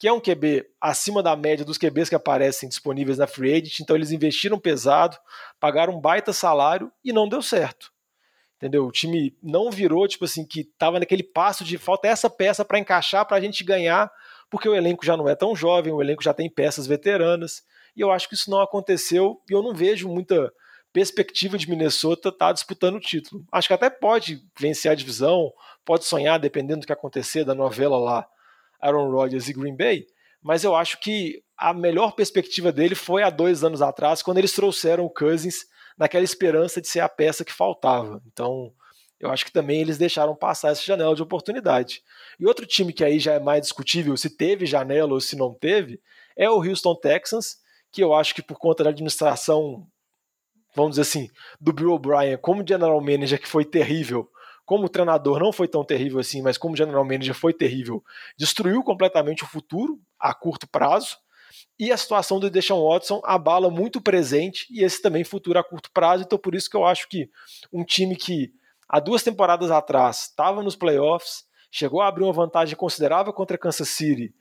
que é um QB acima da média dos QBs que aparecem disponíveis na Free Agent, então eles investiram pesado, pagaram um baita salário e não deu certo. Entendeu? O time não virou, tipo assim, que tava naquele passo de falta essa peça para encaixar pra gente ganhar, porque o elenco já não é tão jovem, o elenco já tem peças veteranas, e eu acho que isso não aconteceu, e eu não vejo muita perspectiva de Minnesota estar disputando o título. Acho que até pode vencer a divisão, pode sonhar, dependendo do que acontecer, da novela lá, Aaron Rodgers e Green Bay, mas eu acho que a melhor perspectiva dele foi há 2 anos atrás, quando eles trouxeram o Cousins naquela esperança de ser a peça que faltava. Então, eu acho que também eles deixaram passar essa janela de oportunidade. E outro time que aí já é mais discutível se teve janela ou se não teve, é o Houston Texans, que eu acho que por conta da administração, vamos dizer assim, do Bill O'Brien como general manager, que foi terrível, como treinador não foi tão terrível assim, mas como general manager foi terrível, destruiu completamente o futuro a curto prazo, e a situação do Deshaun Watson abala muito o presente e esse também futuro a curto prazo, então por isso que eu acho que um time que há 2 temporadas atrás estava nos playoffs, chegou a abrir uma vantagem considerável contra Kansas City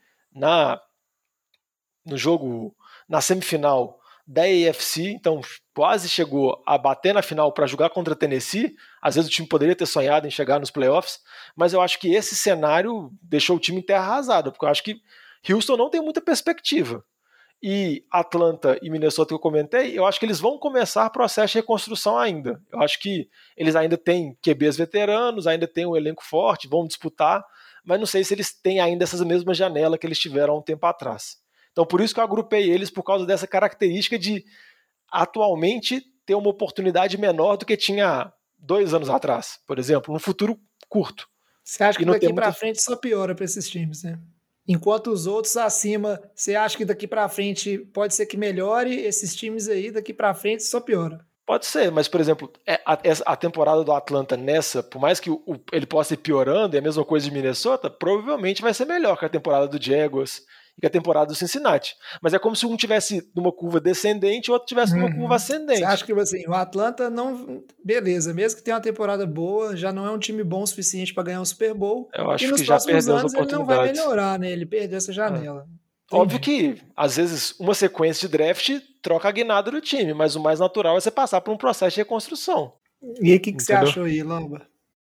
no jogo, na semifinal da AFC, então quase chegou a bater na final para jogar contra Tennessee, às vezes o time poderia ter sonhado em chegar nos playoffs, mas eu acho que esse cenário deixou o time em terra arrasada, porque eu acho que Houston não tem muita perspectiva. E Atlanta e Minnesota que eu comentei, eu acho que eles vão começar processo de reconstrução ainda. Eu acho que eles ainda têm QBs veteranos, ainda têm um elenco forte, vão disputar, mas não sei se eles têm ainda essas mesmas janelas que eles tiveram há um tempo atrás. Então por isso que eu agrupei eles por causa dessa característica de atualmente ter uma oportunidade menor do que tinha 2 anos atrás, por exemplo, num futuro curto. Você acha que daqui para frente só piora para esses times, né? Enquanto os outros acima, você acha que daqui para frente pode ser que melhore, esses times aí daqui para frente só piora? Pode ser, mas, por exemplo, a temporada do Atlanta nessa, por mais que ele possa ir piorando, é a mesma coisa de Minnesota, provavelmente vai ser melhor que a temporada do Jaguars e que a temporada do Cincinnati. Mas é como se um tivesse numa curva descendente e o outro tivesse numa curva ascendente. Você acha que assim, o Atlanta não... Beleza, mesmo que tenha uma temporada boa, já não é um time bom o suficiente para ganhar um Super Bowl. Eu acho e nos que já próximos perdeu anos as oportunidades. Ele não vai melhorar, né? Ele perdeu essa janela. Óbvio que, às vezes, uma sequência de draft troca a guinada do time, mas o mais natural é você passar por um processo de reconstrução. E o que você achou aí, Lamba?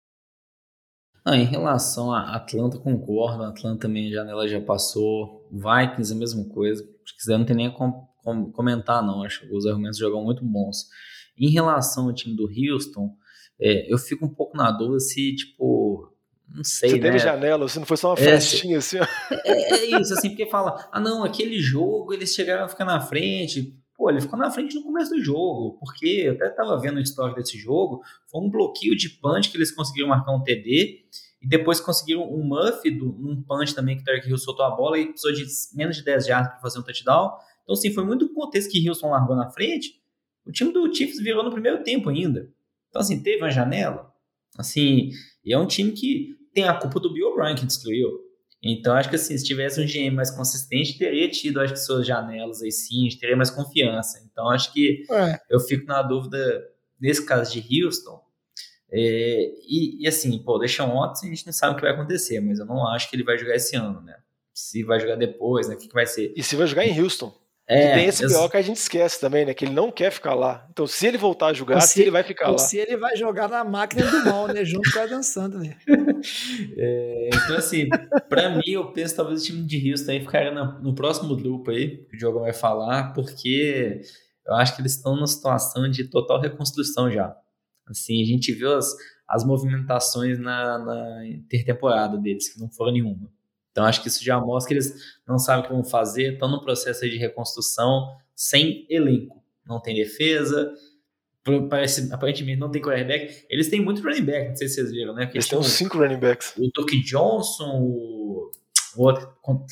Em relação a Atlanta, concordo. A Atlanta também, a janela já passou. Vikings, a mesma coisa. Se quiser, não tem nem como comentar, não. Acho que os argumentos jogam muito bons. Em relação ao time do Houston, eu fico um pouco na dúvida se, tipo... Não sei, Você teve né? janela, se não foi só uma festinha assim. É isso, assim, porque fala, não, aquele jogo eles chegaram a ficar na frente. Pô, ele ficou na frente no começo do jogo, porque eu até tava vendo a história desse jogo, foi um bloqueio de punch que eles conseguiram marcar um TD, e depois conseguiram um muff, um punch também que o Tyreek Hill soltou a bola e precisou de menos de 10 yards para fazer um touchdown. Então, assim, foi muito contexto que Houston largou na frente, o time do Chiefs virou no primeiro tempo ainda. Então, assim, teve uma janela, assim, e é um time que tem a culpa do Bill O'Brien que destruiu. Então, acho que assim, se tivesse um GM mais consistente, teria tido, acho que suas janelas aí sim, teria mais confiança. Então, acho que eu fico na dúvida, nesse caso de Houston, e assim, pô, Deshaun Watson, a gente não sabe o que vai acontecer, mas eu não acho que ele vai jogar esse ano, né? Se vai jogar depois, né? O que vai ser? E se vai jogar em Houston. E tem esse BO que a gente esquece também, né? Que ele não quer ficar lá. Então, se ele voltar a jogar, se ele vai ficar lá. Se ele vai jogar na máquina do mal, né? Junto com o Adam Sandler. Então, assim, pra mim, eu penso talvez o time de Houston aí ficaria no próximo grupo aí, que o Diogo vai falar, porque eu acho que eles estão numa situação de total reconstrução já. Assim, a gente viu as movimentações na intertemporada deles, que não foram nenhuma. Então, acho que isso já mostra que eles não sabem o que vão fazer, estão no processo aí de reconstrução sem elenco. Não tem defesa, aparentemente não tem quarterback. Eles têm muito running back, não sei se vocês viram, né? Eles têm uns 5 running backs. O Duke Johnson, o outro,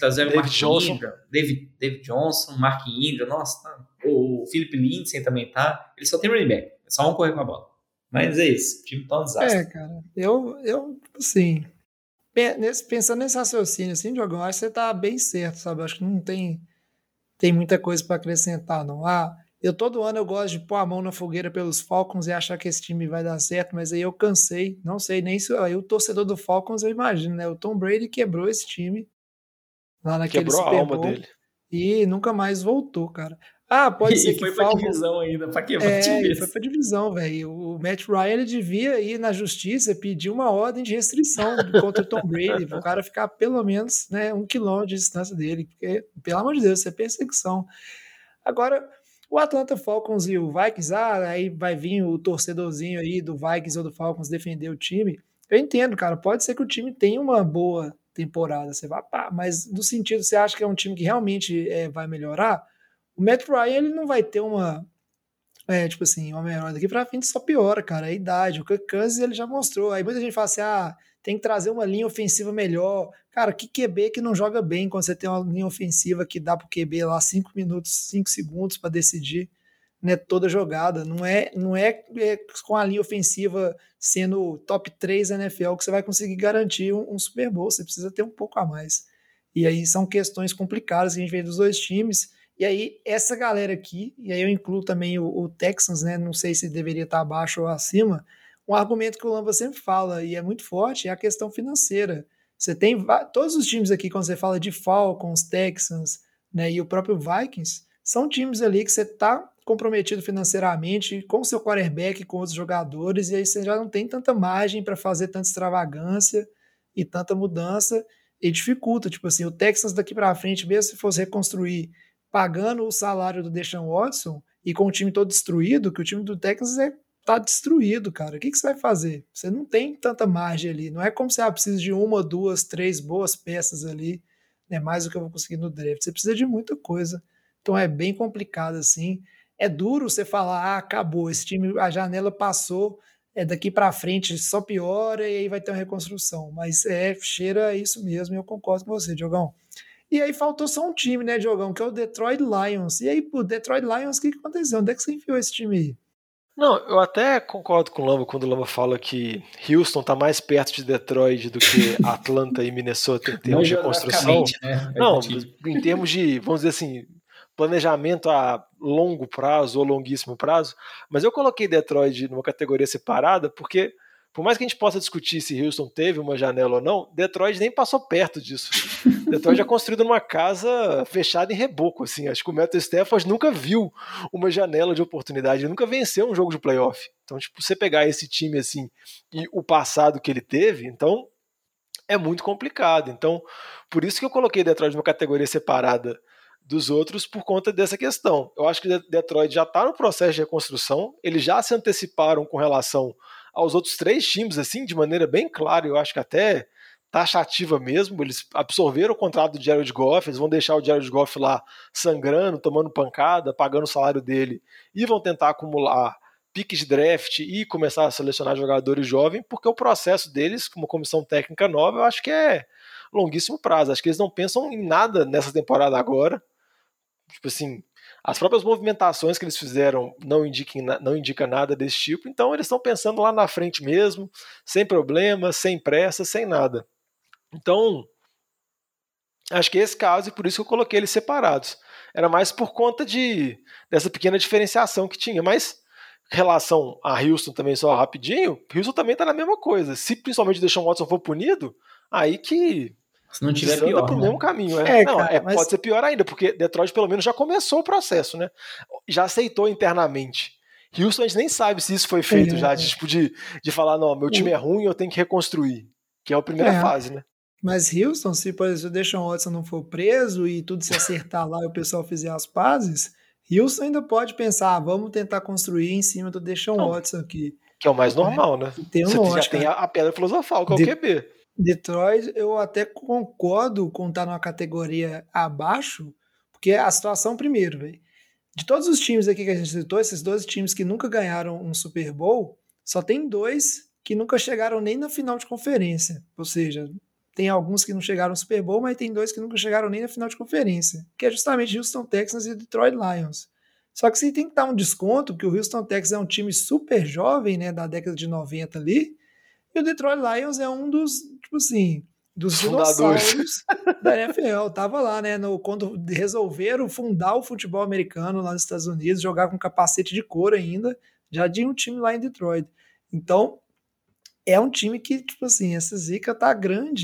David Johnson, Mark Ingram, nossa, o Philip Lindsay também tá. Eles só tem running back, só vão correr com a bola. Mas é isso, o time tá um desastre. Cara, eu assim... Pensando nesse raciocínio, assim, Diogão, acho que você tá bem certo, sabe? Acho que não tem muita coisa para acrescentar, não. Eu todo ano eu gosto de pôr a mão na fogueira pelos Falcons e achar que esse time vai dar certo, mas aí eu cansei, não sei nem se... Aí o torcedor do Falcons, eu imagino, né? O Tom Brady quebrou esse time, lá naquele Quebrou a Super alma Bowl dele. e nunca mais voltou, cara. Ah, pode ser E que foi pra Falcons... divisão ainda, pra quebrar de Ele vez. foi pra divisão, velho. O Matt Ryan ele devia ir na justiça pedir uma ordem de restrição contra o Tom Brady, pro cara ficar pelo menos, né, 1 quilômetro de distância dele, porque, pelo amor de Deus, isso é perseguição. Agora, o Atlanta Falcons e o Vikings, aí vai vir o torcedorzinho aí do Vikings ou do Falcons defender o time. Eu entendo, cara, pode ser que o time tenha uma boa temporada, você vai, pá, mas no sentido, você acha que é um time que realmente vai melhorar? O Matt Ryan, ele não vai ter tipo assim, uma melhora daqui pra frente só piora, cara, a idade. O Kirk Cousins, ele já mostrou. Aí muita gente fala assim, tem que trazer uma linha ofensiva melhor. Cara, que QB que não joga bem quando você tem uma linha ofensiva que dá pro QB lá 5 minutos, 5 segundos para decidir, né, toda jogada. Não é com a linha ofensiva sendo top 3 da NFL que você vai conseguir garantir um Super Bowl. Você precisa ter um pouco a mais. E aí são questões complicadas que a gente vê dos dois times. E aí, essa galera aqui, e aí eu incluo também o Texans, né? Não sei se deveria estar abaixo ou acima. Um argumento que o Lamba sempre fala, e é muito forte, é a questão financeira. Você tem todos os times aqui, quando você fala de Falcons, Texans, né, e o próprio Vikings, são times ali que você está comprometido financeiramente com o seu quarterback, com outros jogadores, e aí você já não tem tanta margem para fazer tanta extravagância e tanta mudança, e dificulta. Tipo assim, o Texans daqui para frente, mesmo se fosse reconstruir pagando o salário do Deshaun Watson e com o time todo destruído, que o time do Texans tá destruído, cara. O que você vai fazer? Você não tem tanta margem ali. Não é como se precisa de 1, 2, 3 boas peças ali, né, mais do que eu vou conseguir no draft. Você precisa de muita coisa. Então é bem complicado assim. É duro você falar, acabou, esse time, a janela passou, daqui para frente só piora e aí vai ter uma reconstrução. Mas cheira isso mesmo e eu concordo com você, Diogão. E aí faltou só um time, né, Diogão, que é o Detroit Lions. E aí, pro Detroit Lions, o que aconteceu? Onde é que você enfiou esse time aí? Não, eu até concordo com o Lamba quando o Lamba fala que Houston está mais perto de Detroit do que Atlanta e Minnesota em termos de construção. Né? Não, em termos de, vamos dizer assim, planejamento a longo prazo ou longuíssimo prazo, mas eu coloquei Detroit numa categoria separada porque, por mais que a gente possa discutir se Houston teve uma janela ou não, Detroit nem passou perto disso. Detroit é construído numa casa fechada em reboco, assim. Acho que o Matthew Stafford nunca viu uma janela de oportunidade, ele nunca venceu um jogo de playoff. Então, tipo, você pegar esse time assim e o passado que ele teve, então é muito complicado. Então, por isso que eu coloquei Detroit numa categoria separada dos outros por conta dessa questão. Eu acho que Detroit já está no processo de reconstrução, eles já se anteciparam com relação aos outros 3 times, assim, de maneira bem clara, eu acho que até taxativa mesmo, eles absorveram o contrato do Jared Goff, eles vão deixar o Jared Goff lá sangrando, tomando pancada, pagando o salário dele, e vão tentar acumular piques de draft e começar a selecionar jogadores jovens, porque o processo deles, como comissão técnica nova, eu acho que é longuíssimo prazo, acho que eles não pensam em nada nessa temporada agora, tipo assim, as próprias movimentações que eles fizeram não indicam nada desse tipo, então eles estão pensando lá na frente mesmo, sem problema, sem pressa, sem nada. Então, acho que é esse caso, e por isso que eu coloquei eles separados. Era mais por conta dessa pequena diferenciação que tinha, mas em relação a Houston também, só rapidinho, Houston também está na mesma coisa. Se principalmente o Deshaun Watson for punido, aí que se não tiver pior, pro né? mesmo caminho. Mas... Pode ser pior ainda, porque Detroit pelo menos já começou o processo, né? Já aceitou internamente. Houston a gente nem sabe se isso foi feito já, de falar, não, meu time é ruim, eu tenho que reconstruir. Que é a primeira fase, né? Mas Houston, se por exemplo o Deshaun Watson não for preso e tudo se acertar lá e o pessoal fizer as pazes, Houston ainda pode pensar, vamos tentar construir em cima do Deshaun Watson aqui. Que é o mais normal, né? Você já tem a pedra filosofal, que é o QB. Detroit, eu até concordo com estar numa categoria abaixo, porque a situação primeiro, velho. De todos os times aqui que a gente citou, esses 12 times que nunca ganharam um Super Bowl, só tem 2 que nunca chegaram nem na final de conferência. Ou seja, tem alguns que não chegaram no Super Bowl, mas tem 2 que nunca chegaram nem na final de conferência, que é justamente Houston Texans e Detroit Lions. Só que você tem que dar um desconto, porque o Houston Texans é um time super jovem, né, da década de 90 ali, e o Detroit Lions é um dos, tipo assim, dos dinossauros da NFL. Tava lá, né, quando resolveram fundar o futebol americano lá nos Estados Unidos, jogar com capacete de couro ainda, já tinha um time lá em Detroit. Então, é um time que, tipo assim, essa zica tá grande.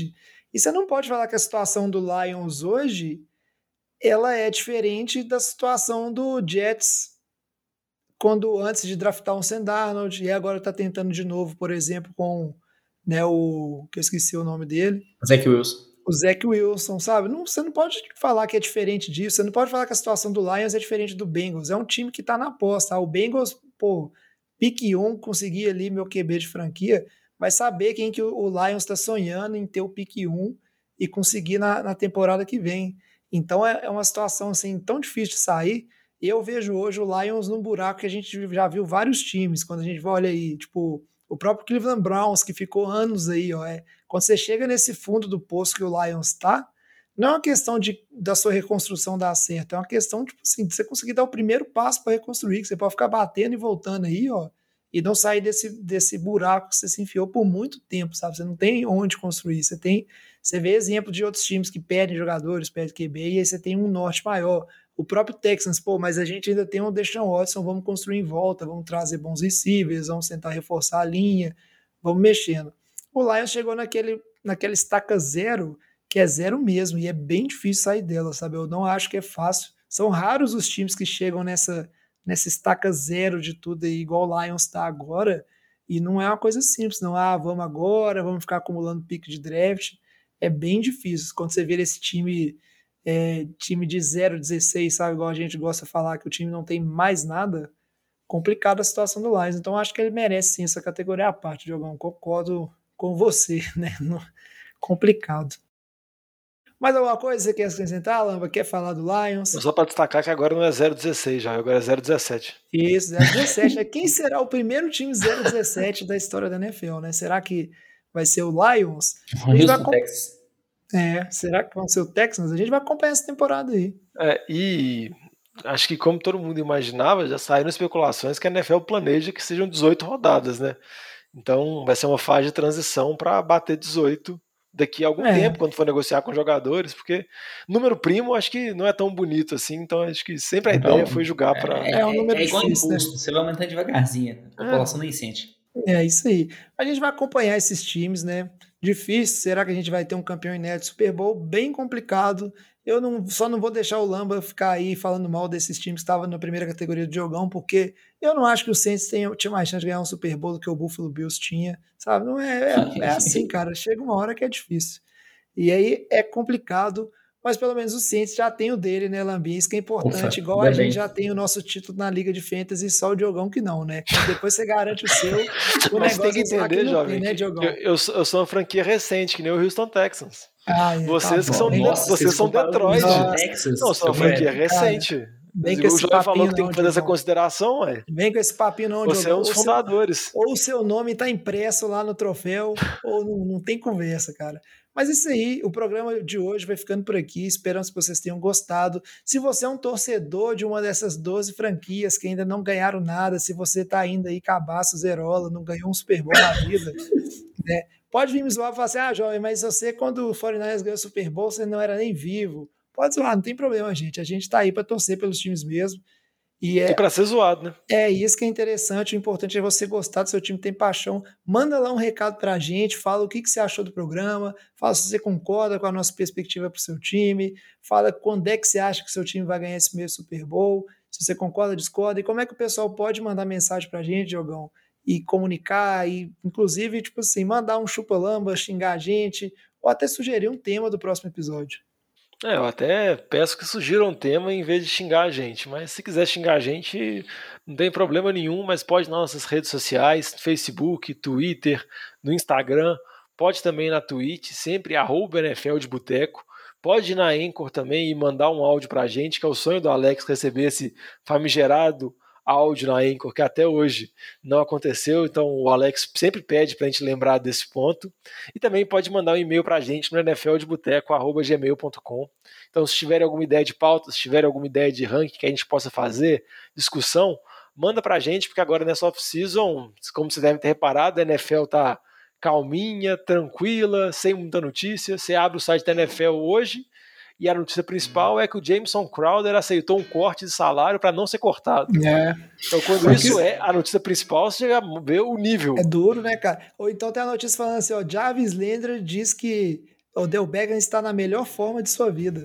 E você não pode falar que a situação do Lions hoje ela é diferente da situação do Jets quando antes de draftar um Sam Darnold e agora está tentando de novo, por exemplo, com né, o que eu esqueci o nome dele. Zach Wilson. O Zach Wilson, sabe? Não, você não pode falar que é diferente disso, você não pode falar que a situação do Lions é diferente do Bengals. É um time que tá na aposta. O Bengals, pô, pique 1, conseguir ali meu QB de franquia, vai saber quem que o Lions tá sonhando em ter o pique 1 e conseguir na temporada que vem. Então é uma situação assim tão difícil de sair. E eu vejo hoje o Lions num buraco que a gente já viu vários times, quando a gente olha aí, tipo, o próprio Cleveland Browns, que ficou anos aí, ó, quando você chega nesse fundo do poço que o Lions está, não é uma questão da sua reconstrução dar certo, é uma questão tipo assim, de você conseguir dar o primeiro passo para reconstruir, que você pode ficar batendo e voltando aí, ó, e não sair desse buraco que você se enfiou por muito tempo, sabe? Você não tem onde construir, você vê exemplo de outros times que perdem jogadores, perdem QB, e aí você tem um norte maior. O próprio Texans, pô, mas a gente ainda tem um Deshaun Watson, vamos construir em volta, vamos trazer bons receivers, vamos tentar reforçar a linha, vamos mexendo. O Lions chegou naquela estaca zero, que é zero mesmo, e é bem difícil sair dela, sabe? Eu não acho que é fácil. São raros os times que chegam nessa estaca zero de tudo aí, igual o Lions está agora, e não é uma coisa simples, não. Vamos agora, vamos ficar acumulando pique de draft. É bem difícil. Quando você vê esse time de 0-16, sabe? Igual a gente gosta de falar que o time não tem mais nada, complicada a situação do Lions. Então acho que ele merece sim essa categoria à parte, Diogão. Concordo com você, né? Complicado. Mais alguma coisa você quer acrescentar, Lamba? Quer falar do Lions? Só para destacar que agora não é 0-16 já, agora é 0-17. Isso, 0-17. Quem será o primeiro time 0-17 da história da NFL, né? Será que vai ser o Lions? Texas. Será que vão ser o Texans? A gente vai acompanhar essa temporada aí. E acho que como todo mundo imaginava, já saíram especulações que a NFL planeja que sejam 18 rodadas, né? Então vai ser uma fase de transição para bater 18 daqui a algum tempo, quando for negociar com jogadores, porque número primo acho que não é tão bonito assim, então acho que sempre a ideia foi jogar para... um número igual difícil, imposto, né? Você vai aumentando devagarzinho, a população nem sente. É isso aí. A gente vai acompanhar esses times, né? Difícil, será que a gente vai ter um campeão inédito Super Bowl? Bem complicado. Eu só não vou deixar o Lamba ficar aí falando mal desses times que estavam na primeira categoria do jogão, porque eu não acho que o Saints tinha mais chance de ganhar um Super Bowl do que o Buffalo Bills tinha, sabe? Não é assim, cara. Chega uma hora que é difícil. E aí é complicado, mas pelo menos o Saints já tem o dele, né, Lambinha? Isso que é importante, igual a gente já tem o nosso título na Liga de Fantasy, só o Diogão que não, né? Depois você garante o seu, o mas negócio tem que entender, jovem, tem, né, Diogão? Eu sou uma franquia recente, que nem o Houston Texans. Vocês que são Detroit. Não, sou uma franquia recente. O João falou que tem que fazer essa consideração, ué. Vem com esse papinho não, Você é um dos fundadores. Ou o seu nome tá impresso lá no troféu, ou não tem conversa, cara. Mas isso aí, o programa de hoje vai ficando por aqui. Esperamos que vocês tenham gostado. Se você é um torcedor de uma dessas 12 franquias que ainda não ganharam nada, se você tá ainda aí cabaço, zerola, não ganhou um Super Bowl na vida, né? Pode vir me zoar e falar assim, jovem, mas você quando o 49ers ganhou o Super Bowl, você não era nem vivo. Pode zoar, não tem problema, gente. A gente tá aí para torcer pelos times mesmo. E para ser zoado, né? É isso que é interessante. O importante é você gostar do seu time, tem paixão. Manda lá um recado pra gente, fala o que você achou do programa, fala se você concorda com a nossa perspectiva pro seu time, fala quando é que você acha que seu time vai ganhar esse primeiro Super Bowl, se você concorda, discorda, e como é que o pessoal pode mandar mensagem pra gente, Diogão, e comunicar, e inclusive, tipo assim, mandar um chupa-lamba, xingar a gente, ou até sugerir um tema do próximo episódio. Eu até peço que sugiram um tema em vez de xingar a gente, mas se quiser xingar a gente, não tem problema nenhum, mas pode nas nossas redes sociais, Facebook, Twitter, no Instagram, pode também na Twitch, sempre @NFL de Boteco, pode ir na Anchor também e mandar um áudio pra gente, que é o sonho do Alex receber esse famigerado áudio na Anchor, que até hoje não aconteceu, então o Alex sempre pede pra gente lembrar desse ponto, e também pode mandar um e-mail pra gente no nfldeboteco@gmail.com. Então se tiverem alguma ideia de pauta, se tiverem alguma ideia de ranking que a gente possa fazer, discussão, manda pra gente, porque agora nessa off-season, como vocês devem ter reparado, a NFL tá calminha, tranquila, sem muita notícia. Você abre o site da NFL hoje e a notícia principal é que o Jameson Crowder aceitou um corte de salário para não ser cortado. Então, quando isso é a notícia principal, você já vê o nível. É duro, né, cara? Ou então tem a notícia falando assim, Jarvis Landry diz que O Odell Beckham está na melhor forma de sua vida.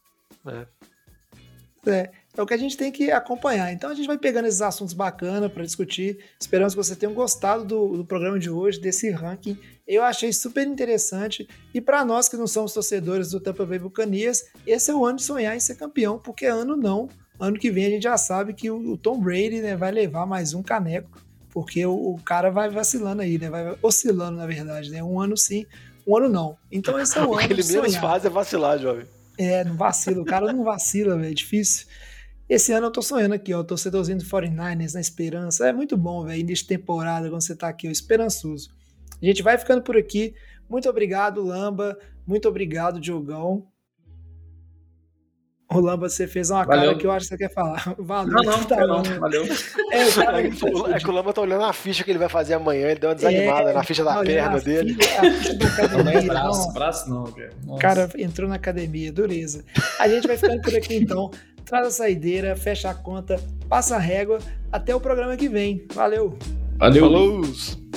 É o que a gente tem que acompanhar. Então a gente vai pegando esses assuntos bacanas para discutir. Esperamos que você tenha gostado do programa de hoje, desse ranking. Eu achei super interessante. E para nós que não somos torcedores do Tampa Bay Buccaneers, esse é o ano de sonhar em ser campeão, porque ano que vem a gente já sabe que o Tom Brady, né, vai levar mais um caneco, porque o cara vai vacilando aí, né? Vai oscilando, na verdade, né? Um ano sim, um ano não. Então esse é o ano de sonhar. O que ele menos faz é vacilar, jovem. Não vacila. O cara não vacila, velho. É difícil. Esse ano eu tô sonhando aqui, ó, torcedorzinho do 49ers, na esperança. É muito bom, velho, início de temporada, quando você tá aqui, ó, esperançoso. A gente vai ficando por aqui. Muito obrigado, Lamba. Muito obrigado, Diogão. Ô, Lamba, você fez uma cara que eu acho que você quer falar. Valeu. Valeu. É que o Lamba tá olhando a ficha que ele vai fazer amanhã, ele deu uma desanimada na ficha da perna dele. A ficha da academia. Braço não, velho. O cara entrou na academia, dureza. A gente vai ficando por aqui, então. Traz a saideira, fecha a conta, passa a régua. Até o programa que vem. Valeu. Falou.